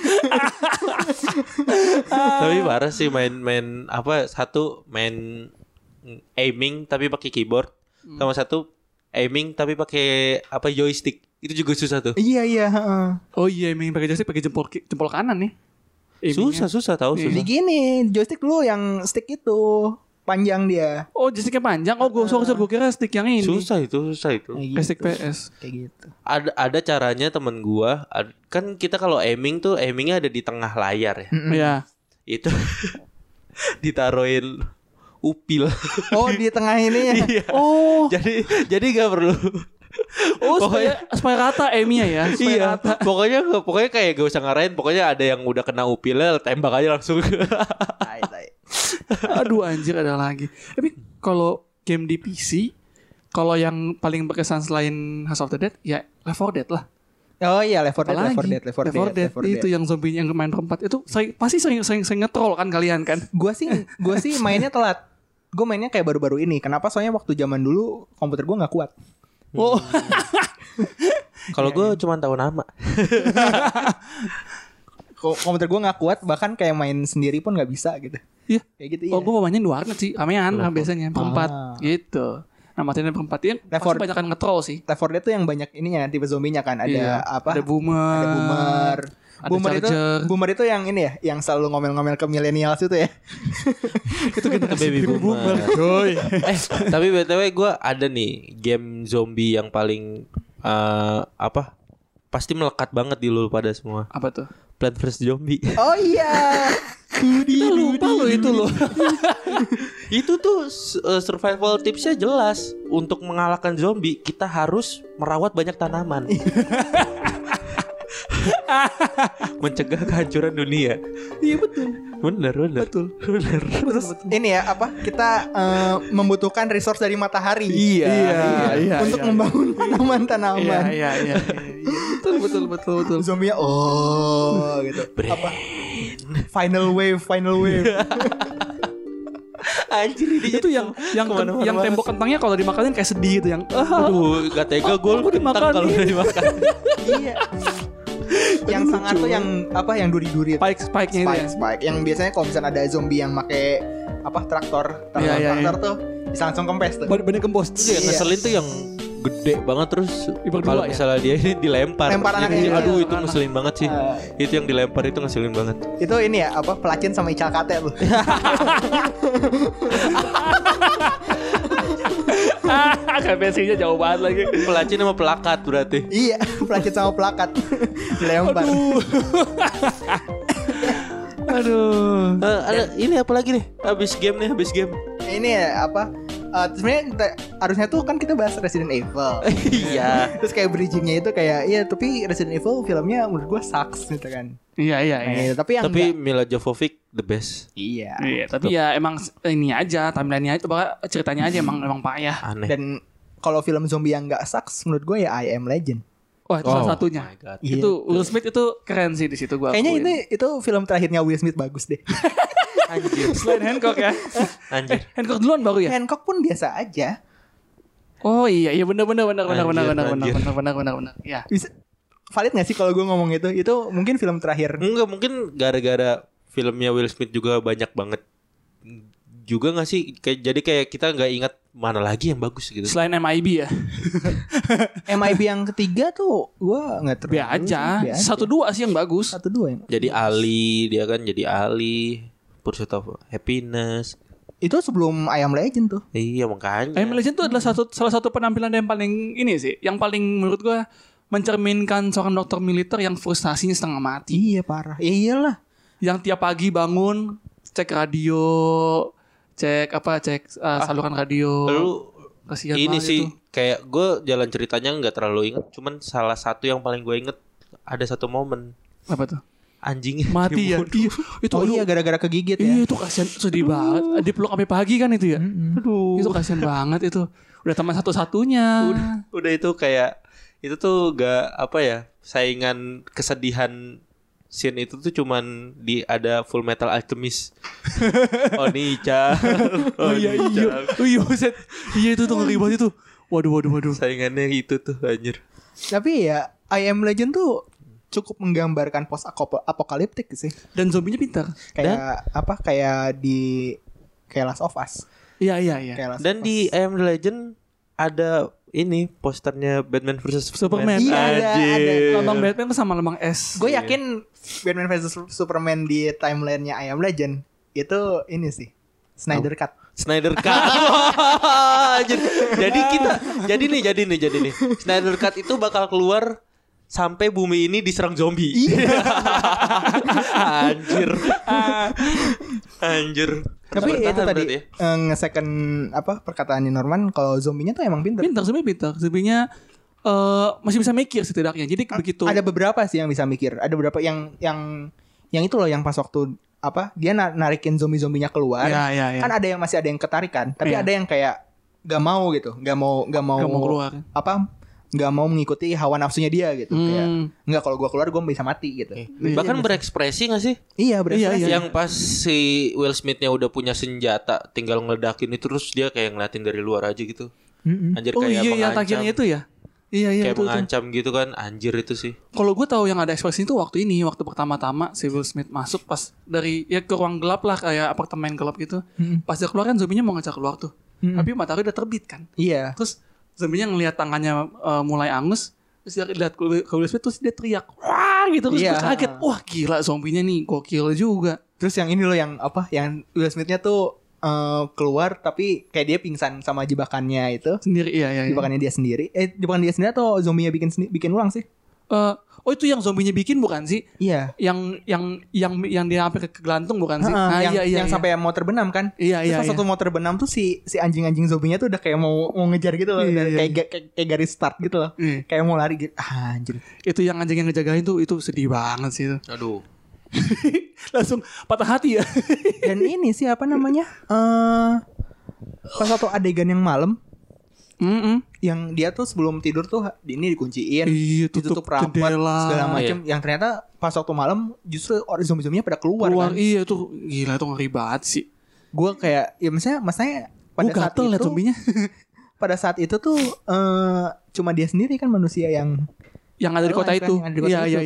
[SPEAKER 2] Tapi parah sih main-main apa, satu main aiming tapi pakai keyboard, sama satu aiming tapi pakai apa joystick. Itu juga susah tuh.
[SPEAKER 1] Iya iya. heeh.
[SPEAKER 3] Oh iya aiming pakai joystick pakai jempol ki- jempol kanan nih. Aimingnya.
[SPEAKER 2] Susah susah tahu
[SPEAKER 3] Iya.
[SPEAKER 1] Jadi
[SPEAKER 2] susah.
[SPEAKER 1] gini joystick dulu yang stick itu panjang dia.
[SPEAKER 3] Oh joysticknya panjang. Oh gue sorry gue kira stick yang ini.
[SPEAKER 2] Susah itu, susah itu.
[SPEAKER 1] Kayak
[SPEAKER 3] Kayak stick P S.
[SPEAKER 1] Kayak gitu.
[SPEAKER 2] Ada ada caranya temen gua, ad- kan kita kalau aiming tuh aimingnya ada di tengah layar ya.
[SPEAKER 1] Mm-mm.
[SPEAKER 3] Iya.
[SPEAKER 2] Itu ditaruhin upil.
[SPEAKER 1] Oh di tengah ini ya.
[SPEAKER 2] Iya.
[SPEAKER 3] Oh.
[SPEAKER 2] Jadi jadi gak perlu.
[SPEAKER 3] Oh supaya supaya rata aimnya ya. Supaya
[SPEAKER 2] Iya,
[SPEAKER 3] rata.
[SPEAKER 2] pokoknya pokoknya kayak gak usah ngarahin, pokoknya ada yang udah kena upilnya tembak aja langsung.
[SPEAKER 1] Tai, tai.
[SPEAKER 3] Aduh anjir ada lagi. Tapi kalau game di P C, kalau yang paling berkesan selain House of the Dead, ya Left four Dead lah.
[SPEAKER 1] Oh iya Left four Dead,
[SPEAKER 3] Apalagi
[SPEAKER 1] Left four Dead, Left four
[SPEAKER 3] Left four
[SPEAKER 1] Dead,
[SPEAKER 3] Dead,
[SPEAKER 1] Left four Dead.
[SPEAKER 3] itu yang zombie yang main perempat itu sering, pasti sering sering sering nge-troll kan kalian kan?
[SPEAKER 1] Gua sih gua sih mainnya telat. Gue mainnya kayak baru-baru ini. Kenapa? Soalnya waktu zaman dulu komputer gue nggak kuat.
[SPEAKER 3] Oh,
[SPEAKER 2] Kalau gue cuma tahu nama.
[SPEAKER 1] Ko- Komputer gue nggak kuat. Bahkan kayak main sendiri pun nggak bisa gitu.
[SPEAKER 3] iya.
[SPEAKER 1] Kayak gitu
[SPEAKER 3] Oh,
[SPEAKER 1] ya.
[SPEAKER 3] gue mainnya di warnet sih, ramean kan biasanya perempat
[SPEAKER 1] Ah.
[SPEAKER 3] gitu. Nah, materinya perempat ini
[SPEAKER 1] Left
[SPEAKER 3] pasti
[SPEAKER 1] four-
[SPEAKER 3] banyak kan nge-troll sih.
[SPEAKER 1] Left four Dead tuh yang banyak ininya tipe zombinya kan. Ada
[SPEAKER 3] Iya.
[SPEAKER 1] apa?
[SPEAKER 3] Ada boomer,
[SPEAKER 1] Ada boomer.
[SPEAKER 3] ada
[SPEAKER 1] Boomer itu,
[SPEAKER 3] charger.
[SPEAKER 1] boomer itu yang ini ya, yang selalu ngomel-ngomel ke millennials itu ya.
[SPEAKER 3] Itu generasi
[SPEAKER 2] Baby boomer.
[SPEAKER 3] Coy.
[SPEAKER 2] Eh, tapi B T W gue ada nih game zombie yang paling eh, apa? Pasti melekat banget di lu pada semua.
[SPEAKER 3] Apa tuh?
[SPEAKER 2] Plant versus Zombie.
[SPEAKER 1] Oh iya.
[SPEAKER 3] Kita lupa lo itu lo.
[SPEAKER 2] Itu tuh uh, survival tipsnya jelas. Untuk mengalahkan zombie kita harus merawat banyak tanaman. Mencegah kehancuran dunia.
[SPEAKER 3] Iya betul.
[SPEAKER 2] Bener bener.
[SPEAKER 3] Betul.
[SPEAKER 2] Bener.
[SPEAKER 1] Terus ini ya apa? Kita eh, membutuhkan resource dari matahari.
[SPEAKER 2] Iya.
[SPEAKER 3] Iya, iya.
[SPEAKER 1] Untuk
[SPEAKER 3] iya,
[SPEAKER 1] membangun
[SPEAKER 3] Iya,
[SPEAKER 1] tanaman-tanaman.
[SPEAKER 3] iya, iya, iya, iya. Betul, betul, betul, betul.
[SPEAKER 1] Zombinya oh gitu. Apa? Final wave, final wave.
[SPEAKER 2] Anjir ini
[SPEAKER 3] Itu yang yang
[SPEAKER 2] kemana-mana
[SPEAKER 3] yang
[SPEAKER 2] banget.
[SPEAKER 3] tembok kentangnya kalau dimakanin kayak sedih gitu yang ah,
[SPEAKER 2] Aduh, gak tega gue
[SPEAKER 3] Aku
[SPEAKER 2] kentang
[SPEAKER 3] dimakan
[SPEAKER 2] kalau
[SPEAKER 3] nih.
[SPEAKER 2] udah dimakan.
[SPEAKER 1] Iya. Yang sangar tuh yang apa yang duri-duri.
[SPEAKER 3] Spike spike-nya itu ya.
[SPEAKER 1] Spike, spike. Yang biasanya kalau misalnya ada zombie yang pakai apa traktor, traktor,
[SPEAKER 3] Iya, iya,
[SPEAKER 1] traktor tuh bisa langsung kempes tuh.
[SPEAKER 3] Bener kempos.
[SPEAKER 2] Itu yang ngeselin tuh yang gede banget terus
[SPEAKER 3] Berdua
[SPEAKER 2] kalau
[SPEAKER 3] ya?
[SPEAKER 2] misalnya dia ini dilempar.
[SPEAKER 1] Lempar
[SPEAKER 2] Yang
[SPEAKER 1] anaknya,
[SPEAKER 2] kecil,
[SPEAKER 1] iya,
[SPEAKER 2] aduh
[SPEAKER 1] iya,
[SPEAKER 2] itu
[SPEAKER 1] anak.
[SPEAKER 2] ngeselin banget sih.
[SPEAKER 1] Uh,
[SPEAKER 2] Itu yang dilempar itu ngeselin banget.
[SPEAKER 1] Itu ini ya apa pelacin sama ical kate tuh.
[SPEAKER 3] Referensinya jauh banget lagi.
[SPEAKER 2] Pelacin sama pelakat berarti.
[SPEAKER 1] Iya, pelacin sama pelakat. Dilempar.
[SPEAKER 3] Aduh. Aduh.
[SPEAKER 2] Eh, ada ini apa lagi nih? Habis game nih, habis game.
[SPEAKER 1] Ini ya apa? Uh, sebenarnya kita- harusnya tuh kan kita bahas Resident Evil.
[SPEAKER 2] Iya.
[SPEAKER 1] Terus kayak bridgingnya itu kayak iya tapi Resident Evil filmnya menurut gue sucks gitu kan.
[SPEAKER 3] Iya iya
[SPEAKER 1] Nah,
[SPEAKER 3] iya.
[SPEAKER 1] gitu. Tapi yang
[SPEAKER 2] Tapi
[SPEAKER 1] enggak-
[SPEAKER 2] Mila Jovovich the best.
[SPEAKER 1] iya.
[SPEAKER 3] Iya, tapi ya emang ini aja timeline-nya itu bakal ceritanya aja emang emang payah.
[SPEAKER 2] Aneh.
[SPEAKER 1] Dan kalau film zombie yang nggak sucks menurut gue ya I Am Legend.
[SPEAKER 3] Wah, itu
[SPEAKER 2] Oh
[SPEAKER 3] salah satunya.
[SPEAKER 2] my God.
[SPEAKER 1] Iya.
[SPEAKER 3] Itu Will Smith itu keren sih di situ gua.
[SPEAKER 1] Kayaknya
[SPEAKER 3] akuin.
[SPEAKER 1] itu itu film terakhirnya Will Smith bagus deh.
[SPEAKER 2] Anjir.
[SPEAKER 3] selain Hancock ya.
[SPEAKER 2] Anjir.
[SPEAKER 3] Hancock duluan baru ya?
[SPEAKER 1] Hancock pun biasa aja.
[SPEAKER 3] Oh iya iya benar benar benar benar benar
[SPEAKER 2] Anjir,
[SPEAKER 3] benar benar
[SPEAKER 2] anjir.
[SPEAKER 3] benar benar benar benar. Ya.
[SPEAKER 1] Bisa valid nggak sih kalau gue ngomong itu? Itu mungkin film terakhir.
[SPEAKER 2] Enggak, mungkin gara-gara filmnya Will Smith juga banyak banget. Juga gak sih? Kayak, jadi kayak kita gak ingat mana lagi yang bagus gitu.
[SPEAKER 3] Selain M I B ya.
[SPEAKER 1] M I B yang ketiga tuh gue nggak terlalu.
[SPEAKER 3] B aja.
[SPEAKER 1] sih, B aja.
[SPEAKER 3] Satu dua sih yang bagus.
[SPEAKER 1] Satu dua yang.
[SPEAKER 2] Jadi Ali, dia kan jadi Ali, Pursuit of Happiness.
[SPEAKER 1] Itu sebelum I Am Legend tuh.
[SPEAKER 2] Iya makanya.
[SPEAKER 3] I Am Legend itu adalah satu salah satu penampilan yang paling ini sih, yang paling menurut gua mencerminkan seorang dokter militer yang frustasinya setengah mati.
[SPEAKER 1] Iya parah. Ya iyalah.
[SPEAKER 3] Yang tiap pagi bangun cek radio, cek apa cek uh, saluran radio.
[SPEAKER 2] Lalu
[SPEAKER 3] Kasihan
[SPEAKER 2] ini
[SPEAKER 3] banget
[SPEAKER 2] sih
[SPEAKER 3] itu.
[SPEAKER 2] kayak gue jalan ceritanya nggak terlalu inget. Cuman salah satu yang paling gue inget ada satu momen
[SPEAKER 3] Apa tuh?
[SPEAKER 2] anjingnya
[SPEAKER 3] Mati ya.
[SPEAKER 2] dibunuh.
[SPEAKER 3] Iya, itu
[SPEAKER 1] Oh
[SPEAKER 3] aduh.
[SPEAKER 1] iya gara-gara kegigit ya.
[SPEAKER 3] Iya itu kasihan sedih banget. Dipeluk sampai pagi kan itu ya. Aduh. Itu kasihan banget itu. Udah teman satu-satunya.
[SPEAKER 2] Udah, udah itu kayak itu tuh gak apa ya, saingan kesedihan scene itu tuh cuman di ada Full Metal Alchemist. Onichan.
[SPEAKER 3] Oh iya iya. Oh iya buset. Iya itu tuh ngeri banget itu. Waduh waduh waduh.
[SPEAKER 2] Saingannya itu tuh anjir.
[SPEAKER 1] Tapi ya I Am Legend tuh cukup menggambarkan post apokaliptik sih.
[SPEAKER 3] Dan zombinya pintar.
[SPEAKER 1] Kayak apa? Kayak di kayak Last of Us.
[SPEAKER 3] Iya iya iya.
[SPEAKER 1] Kayak Last
[SPEAKER 2] Dan
[SPEAKER 1] of Us.
[SPEAKER 2] di I Am Legend ada ini posternya Batman versus
[SPEAKER 3] Superman.
[SPEAKER 1] Iya, ada, ada.
[SPEAKER 3] Lambang Batman tuh sama lambang S.
[SPEAKER 1] Gue yakin Batman versus Superman di timelinenya I Am Legend itu ini sih Snyder Cut.
[SPEAKER 2] Snyder Cut. Anjir. Jadi kita jadi nih jadi nih jadi nih. Snyder Cut itu bakal keluar sampai bumi ini diserang zombie. Anjir. Anjir.
[SPEAKER 1] Tapi
[SPEAKER 2] Harus
[SPEAKER 1] itu
[SPEAKER 2] bertahan
[SPEAKER 1] tadi
[SPEAKER 2] berarti ya.
[SPEAKER 1] eh, nge-second apa perkataannya Norman kalau zombinya tuh emang pinter.
[SPEAKER 3] Pintar sebenarnya pintar. Zombinya eh masih bisa mikir setidaknya. Jadi begitu.
[SPEAKER 1] Ada beberapa sih yang bisa mikir. Ada beberapa yang yang yang itu loh yang pas waktu apa dia na- narikin zombie-zombinya keluar.
[SPEAKER 3] Ya, ya, ya.
[SPEAKER 1] Kan ada yang masih ada yang ketarikan, tapi
[SPEAKER 3] Iya.
[SPEAKER 1] ada yang kayak gak mau gitu, gak mau gak mau,
[SPEAKER 3] Gak mau keluar.
[SPEAKER 1] apa gak mau mengikuti hawa nafsunya dia gitu.
[SPEAKER 3] Hmm.
[SPEAKER 1] Kayak enggak kalau gua keluar gua bisa mati gitu.
[SPEAKER 2] Bahkan berekspresi gak sih?
[SPEAKER 1] Iya berarti.
[SPEAKER 3] Iya, iya.
[SPEAKER 2] Yang pas si Will Smith-nya udah punya senjata, tinggal ngeledakin itu terus dia kayak ngeliatin dari luar aja gitu. Anjir
[SPEAKER 3] Oh
[SPEAKER 2] kayak
[SPEAKER 3] iya yang
[SPEAKER 2] mengancam.
[SPEAKER 3] terakhirnya itu ya. Iya iya
[SPEAKER 2] Kayak
[SPEAKER 3] betul, betul.
[SPEAKER 2] mengancam gitu kan. Anjir itu sih.
[SPEAKER 3] Kalau gue tahu yang ada ekspresi itu waktu ini, waktu pertama-tama si Will Smith masuk pas dari ya ke ruang gelap lah kayak apartemen gelap gitu. Pas dia keluar kan zombinya mau ngajak keluar tuh. Tapi matahari udah terbit kan.
[SPEAKER 1] Iya.
[SPEAKER 3] Terus zombinya ngelihat tangannya uh, mulai angus, terus dia lihat ke Will Smith terus dia teriak, wah gitu terus
[SPEAKER 1] Iya.
[SPEAKER 3] gue kaget. Wah gila zombinya nih gokil juga.
[SPEAKER 1] Terus yang ini loh yang apa? Yang Will Smith-nya tuh eh, keluar tapi kayak dia pingsan sama jebakannya itu.
[SPEAKER 3] Sendiri iya iya. iya.
[SPEAKER 1] Jebakannya dia sendiri. Eh jebakan dia sendiri atau zombinya bikin sendi- bikin ulang sih?
[SPEAKER 3] Eh, oh itu yang zombinya bikin bukan sih?
[SPEAKER 1] Iya.
[SPEAKER 3] Yang yang yang yang dia sampai ke gelantung bukan sih?
[SPEAKER 1] Heeh,
[SPEAKER 3] Ah,
[SPEAKER 1] yang
[SPEAKER 3] iya, iya,
[SPEAKER 1] yang
[SPEAKER 3] iya.
[SPEAKER 1] sampai mau terbenam kan?
[SPEAKER 3] Iya,
[SPEAKER 1] Terus
[SPEAKER 3] iya,
[SPEAKER 1] pas
[SPEAKER 3] iya.
[SPEAKER 1] waktu mau terbenam tuh si si anjing-anjing zombinya tuh udah kayak mau mau ngejar gitu loh,
[SPEAKER 3] Iya,
[SPEAKER 1] dan
[SPEAKER 3] iya,
[SPEAKER 1] kayak, ga- kayak kayak garis start gitu loh.
[SPEAKER 3] Iya.
[SPEAKER 1] Kayak mau lari gitu. Ah, anjir.
[SPEAKER 3] Itu yang anjing yang ngejagain tuh itu sedih banget sih itu.
[SPEAKER 2] Aduh.
[SPEAKER 3] Langsung patah hati ya.
[SPEAKER 1] Dan ini sih apa namanya? Eh pas satu adegan yang malam
[SPEAKER 3] Mm-mm.
[SPEAKER 1] yang dia tuh sebelum tidur tuh ini dikunciin,
[SPEAKER 3] Iya, tutup
[SPEAKER 1] ditutup rapat
[SPEAKER 3] jendela.
[SPEAKER 1] segala macam. Yang ternyata pas waktu malam justru orang zombie-zombinya pada keluar,
[SPEAKER 3] Keluar
[SPEAKER 1] kan.
[SPEAKER 3] iya tuh gila tuh ngeri banget sih.
[SPEAKER 1] Gue kayak ya misalnya masanya pada
[SPEAKER 3] Gue
[SPEAKER 1] saat
[SPEAKER 3] gatel liat
[SPEAKER 1] itu
[SPEAKER 3] zombinya.
[SPEAKER 1] pada saat itu tuh eh cuma dia sendiri kan manusia yang
[SPEAKER 3] Yang ada di kota
[SPEAKER 1] alive kan,
[SPEAKER 3] itu.
[SPEAKER 1] yang ada di kota
[SPEAKER 3] Iya
[SPEAKER 1] itu
[SPEAKER 3] iya iya.
[SPEAKER 1] kan.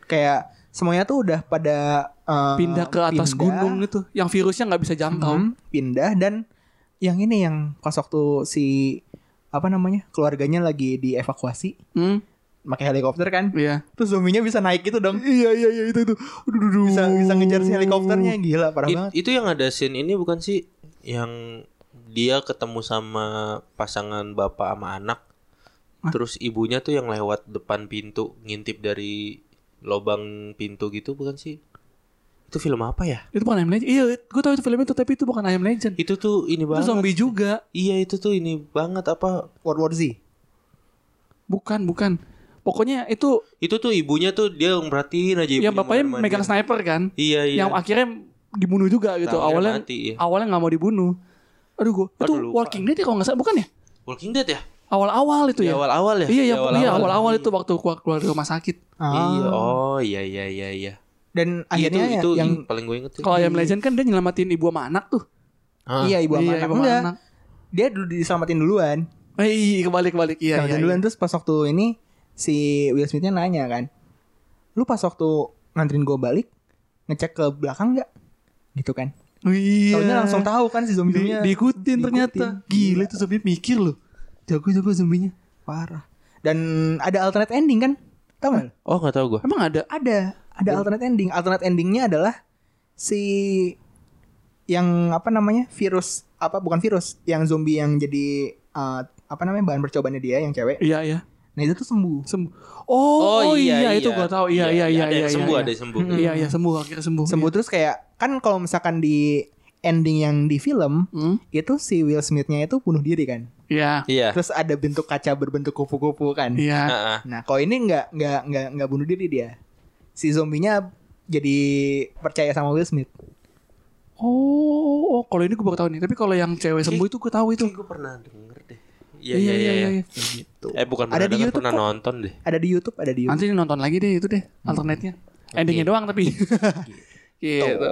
[SPEAKER 1] kayak semuanya tuh udah pada uh,
[SPEAKER 3] Pindah ke atas
[SPEAKER 1] pindah,
[SPEAKER 3] gunung itu, yang virusnya nggak bisa jangkau.
[SPEAKER 1] hmm, pindah dan yang ini yang pas waktu si apa namanya keluarganya lagi dievakuasi
[SPEAKER 3] Hmm,
[SPEAKER 1] pakai helikopter kan,
[SPEAKER 3] iya.
[SPEAKER 1] terus zombinya bisa naik gitu dong,
[SPEAKER 3] Iya iya iya itu itu.
[SPEAKER 1] bisa bisa ngejar si helikopternya, gila parah
[SPEAKER 2] It-
[SPEAKER 1] banget.
[SPEAKER 2] itu yang ada scene ini bukan sih, yang dia ketemu sama pasangan bapak sama anak, terus ibunya tuh yang lewat depan pintu ngintip dari lobang pintu gitu, bukan sih? Itu film apa ya?
[SPEAKER 3] Itu bukan I Am Legend. Iya, gue tahu itu film itu, tapi itu bukan I Am Legend.
[SPEAKER 2] Itu tuh ini
[SPEAKER 3] Itu
[SPEAKER 2] banget.
[SPEAKER 3] zombie juga.
[SPEAKER 2] Iya itu tuh ini banget apa?
[SPEAKER 1] World War Z.
[SPEAKER 3] Bukan, bukan. Pokoknya itu
[SPEAKER 2] Itu tuh ibunya tuh dia merhatiin aja.
[SPEAKER 3] yang
[SPEAKER 2] ibunya
[SPEAKER 3] bapaknya
[SPEAKER 2] kemana-mana.
[SPEAKER 3] megang sniper kan.
[SPEAKER 2] Iya iya.
[SPEAKER 3] Yang akhirnya dibunuh juga gitu.
[SPEAKER 2] Akhirnya
[SPEAKER 3] Awalnya
[SPEAKER 2] mati, iya.
[SPEAKER 3] awalnya nggak mau dibunuh. Aduh gue. Itu
[SPEAKER 2] Aduh, lupa.
[SPEAKER 3] Walking Dead ya kalau nggak salah, bukan ya?
[SPEAKER 2] Walking Dead ya?
[SPEAKER 3] Awal-awal itu
[SPEAKER 2] Di
[SPEAKER 3] ya.
[SPEAKER 2] awal-awal ya?
[SPEAKER 3] Iya,
[SPEAKER 2] Di
[SPEAKER 3] iya, iya, awal-awal itu waktu keluar, keluar dari rumah sakit.
[SPEAKER 2] Iya. Oh iya iya iya iya.
[SPEAKER 1] Dan
[SPEAKER 2] Iya, itu
[SPEAKER 1] akhirnya
[SPEAKER 2] itu
[SPEAKER 1] yang
[SPEAKER 2] paling gue inget.
[SPEAKER 3] Kalau I Am Legend kan dia nyelamatin ibu sama anak tuh.
[SPEAKER 2] Ah.
[SPEAKER 1] iya ibu sama
[SPEAKER 3] Iya,
[SPEAKER 1] anak.
[SPEAKER 3] ibu sama
[SPEAKER 1] Enggak.
[SPEAKER 3] anak.
[SPEAKER 1] Dia dulu diselamatin duluan.
[SPEAKER 3] Eh, iya, kebalik-kebalik. Iya,
[SPEAKER 1] Selamatin
[SPEAKER 3] iya,
[SPEAKER 1] duluan
[SPEAKER 3] iya.
[SPEAKER 1] terus pas waktu ini si Will Smith-nya nanya kan, lu pas waktu nganterin gue balik ngecek ke belakang nggak? Gitu kan.
[SPEAKER 3] Oh, iya.
[SPEAKER 1] Taunya langsung tahu kan si
[SPEAKER 3] Di,
[SPEAKER 1] zombie-nya.
[SPEAKER 3] diikutin ternyata. Gila itu zombie mikir loh. Jago-jago zombinya.
[SPEAKER 1] Parah. Dan ada alternate ending kan? Tahu nggak?
[SPEAKER 2] Oh nggak tahu gue.
[SPEAKER 3] Emang ada?
[SPEAKER 1] Ada, ada alternate ending. Alternate endingnya adalah si yang apa namanya virus apa bukan virus, yang zombie yang jadi uh, apa namanya bahan percobaannya dia yang cewek.
[SPEAKER 3] Iya, iya.
[SPEAKER 1] Nah itu tuh sembuh.
[SPEAKER 3] Sembuh. Oh, oh iya, itu gua tahu. Iya, iya, iya,
[SPEAKER 2] Ada
[SPEAKER 3] iya.
[SPEAKER 2] yang sembuh,
[SPEAKER 3] iya,
[SPEAKER 2] ada yang sembuh.
[SPEAKER 3] Iya, iya, sembuh, akhirnya sembuh.
[SPEAKER 1] Sembuh terus kayak kan kalau misalkan di ending yang di film
[SPEAKER 3] Hmm?
[SPEAKER 1] itu si Will Smith-nya itu bunuh diri kan.
[SPEAKER 3] Iya.
[SPEAKER 2] Iya.
[SPEAKER 1] Terus ada bentuk kaca berbentuk kupu-kupu kan.
[SPEAKER 3] Iya.
[SPEAKER 2] Heeh.
[SPEAKER 1] Nah, kalau ini nggak nggak nggak nggak bunuh diri dia. Si zombinya jadi percaya sama Will Smith.
[SPEAKER 3] Oh, oh, kalau ini gue baru tahu nih. Tapi kalau yang cewek sembuh itu gue tahu itu.
[SPEAKER 2] Gue pernah denger deh. Iya iya iya. iya.
[SPEAKER 1] Gitu.
[SPEAKER 2] Eh bukan
[SPEAKER 1] Ada
[SPEAKER 2] pernah
[SPEAKER 1] di
[SPEAKER 2] denger,
[SPEAKER 1] YouTube
[SPEAKER 2] pernah
[SPEAKER 1] kok.
[SPEAKER 2] nonton deh.
[SPEAKER 1] Ada di YouTube, ada di YouTube.
[SPEAKER 3] Nanti nonton lagi deh itu deh alternate-nya. Endingnya doang tapi. Gitu.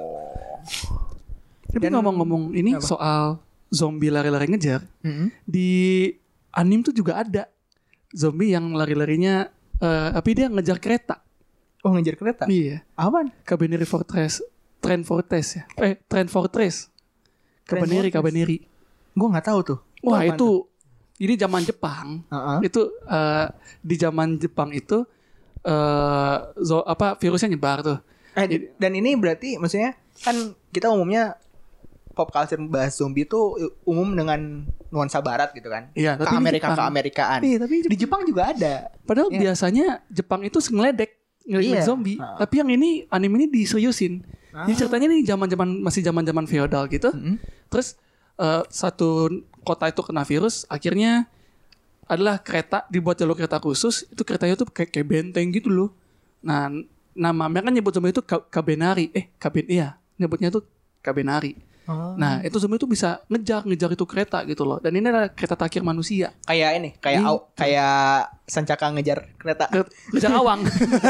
[SPEAKER 3] Tapi
[SPEAKER 1] Dan-
[SPEAKER 3] ngomong-ngomong ini
[SPEAKER 1] Apa?
[SPEAKER 3] soal zombie lari-lari ngejar,
[SPEAKER 1] Mm-mm.
[SPEAKER 3] di anime tuh juga ada zombie yang lari-larinya eh tapi dia ngejar kereta.
[SPEAKER 1] Oh, ngejar kereta.
[SPEAKER 3] Iya.
[SPEAKER 1] Apaan?
[SPEAKER 3] Cabaneri Fortress, Train Fortress ya. Eh, Train Fortress.
[SPEAKER 1] Train
[SPEAKER 3] Cabaneri,
[SPEAKER 1] Fortress.
[SPEAKER 3] Cabaneri.
[SPEAKER 1] Gue nggak tahu tuh.
[SPEAKER 3] Wah,
[SPEAKER 1] apaan
[SPEAKER 3] itu
[SPEAKER 1] tuh?
[SPEAKER 3] ini zaman Jepang.
[SPEAKER 1] Heeh.
[SPEAKER 3] Itu eh, di zaman Jepang itu eh zo- apa virusnya nyebar tuh.
[SPEAKER 1] Eh, dan ini berarti maksudnya kan kita umumnya pop culture bahas zombie itu umum dengan nuansa barat gitu kan.
[SPEAKER 3] Iya,
[SPEAKER 1] Ke
[SPEAKER 3] tapi di
[SPEAKER 1] Amerika
[SPEAKER 3] Jepang.
[SPEAKER 1] ke Amerikaan.
[SPEAKER 3] Iya, tapi
[SPEAKER 1] Di Jepang juga ada.
[SPEAKER 3] padahal
[SPEAKER 1] Iya.
[SPEAKER 3] biasanya Jepang itu ngeledek ngeledek
[SPEAKER 1] Iya.
[SPEAKER 3] zombie.
[SPEAKER 1] Ah.
[SPEAKER 3] Tapi yang ini anime ini diseriusin. Jadi ceritanya nih zaman-zaman masih zaman-zaman feodal gitu.
[SPEAKER 1] Mm-mm.
[SPEAKER 3] Terus eh, satu kota itu kena virus, akhirnya adalah kereta dibuat jalur kereta khusus. Itu keretanya tuh kayak, kayak benteng gitu loh. Nah, namanya kan nyebut zombie itu ka- kabenari. Eh, kaben iya, nyebutnya tuh kabenari.
[SPEAKER 1] Oh.
[SPEAKER 3] Nah, itu zombie itu bisa ngejar ngejar itu kereta gitu loh. Dan ini adalah kereta terakhir manusia.
[SPEAKER 1] Kayak ini, kayak
[SPEAKER 3] Gitu.
[SPEAKER 1] au- kayak Sancaka ngejar kereta.
[SPEAKER 3] Ke- Ngejar awang.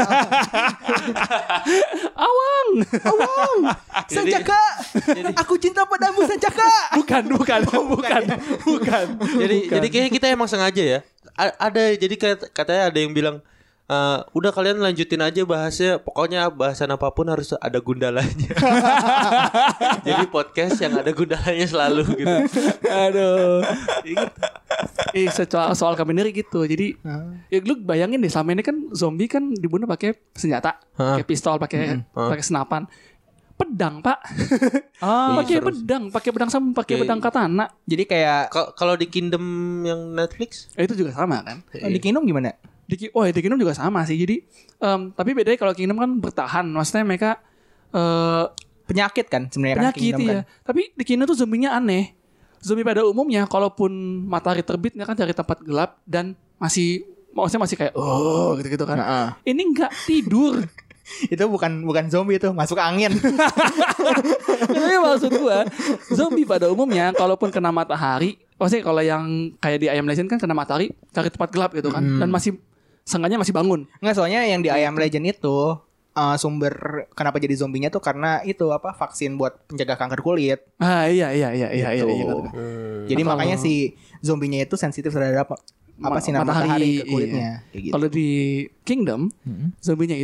[SPEAKER 3] Awang.
[SPEAKER 1] Awang, Sancaka, aku cinta padamu Sancaka.
[SPEAKER 3] Bukan, bukan, bukan, bukan.
[SPEAKER 2] Jadi
[SPEAKER 3] Bukan.
[SPEAKER 2] jadi kayaknya kita emang sengaja ya. A- ada jadi kat- katanya ada yang bilang eh, udah kalian lanjutin aja bahasnya. Pokoknya bahasan apapun harus ada gundalanya. Jadi podcast yang ada gundalanya selalu gitu.
[SPEAKER 3] Aduh. Eh, soal soal kabeneri gitu. Jadi ya lu bayangin deh, selama ini kan zombie kan dibunuh pakai senjata,
[SPEAKER 2] Hah?
[SPEAKER 3] pakai pistol, pakai
[SPEAKER 2] Hah?
[SPEAKER 3] pakai senapan. Pedang, Pak.
[SPEAKER 1] Oh,
[SPEAKER 3] pakai
[SPEAKER 2] seru.
[SPEAKER 3] pedang, pakai pedang sama pakai
[SPEAKER 2] Oke.
[SPEAKER 3] pedang katana.
[SPEAKER 1] jadi kayak
[SPEAKER 2] Ka- Kalau di Kingdom yang Netflix,
[SPEAKER 3] Eh, itu juga sama kan?
[SPEAKER 1] oh, di Kingdom gimana?
[SPEAKER 3] Di Ki- oh, di Kingdom juga sama sih. Jadi em, tapi bedanya kalau Kingdom kan bertahan. Maksudnya mereka eh
[SPEAKER 1] Penyakit kan sebenarnya kan
[SPEAKER 3] penyakit
[SPEAKER 1] Kingdom
[SPEAKER 3] ya.
[SPEAKER 1] kan.
[SPEAKER 3] Tapi di Kingdom tuh zombinya aneh. Zombie pada umumnya kalaupun matahari terbit dia kan cari tempat gelap dan masih maksudnya masih kayak oh gitu-gitu kan.
[SPEAKER 1] Heeh.
[SPEAKER 3] Ini enggak tidur.
[SPEAKER 1] Itu bukan bukan zombie itu, masuk angin.
[SPEAKER 3] Tapi maksud gua, zombie pada umumnya kalaupun kena matahari, maksudnya kalau yang kayak di I Am Legend kan kena matahari cari tempat gelap gitu kan dan masih sengaja masih bangun.
[SPEAKER 1] Nggak, soalnya yang di I Am Legend itu uh, sumber kenapa jadi zombinya tuh karena itu apa vaksin buat pencegah kanker kulit.
[SPEAKER 3] Ah iya iya iya iya iya.
[SPEAKER 1] Gitu.
[SPEAKER 3] iya, iya.
[SPEAKER 1] Jadi
[SPEAKER 3] Atau-
[SPEAKER 1] makanya si zombinya itu sensitif terhadap apa
[SPEAKER 3] Ma-
[SPEAKER 1] sinar matahari, ke kulitnya. Kayak gitu.
[SPEAKER 3] Kalau di Kingdom, zombinya itu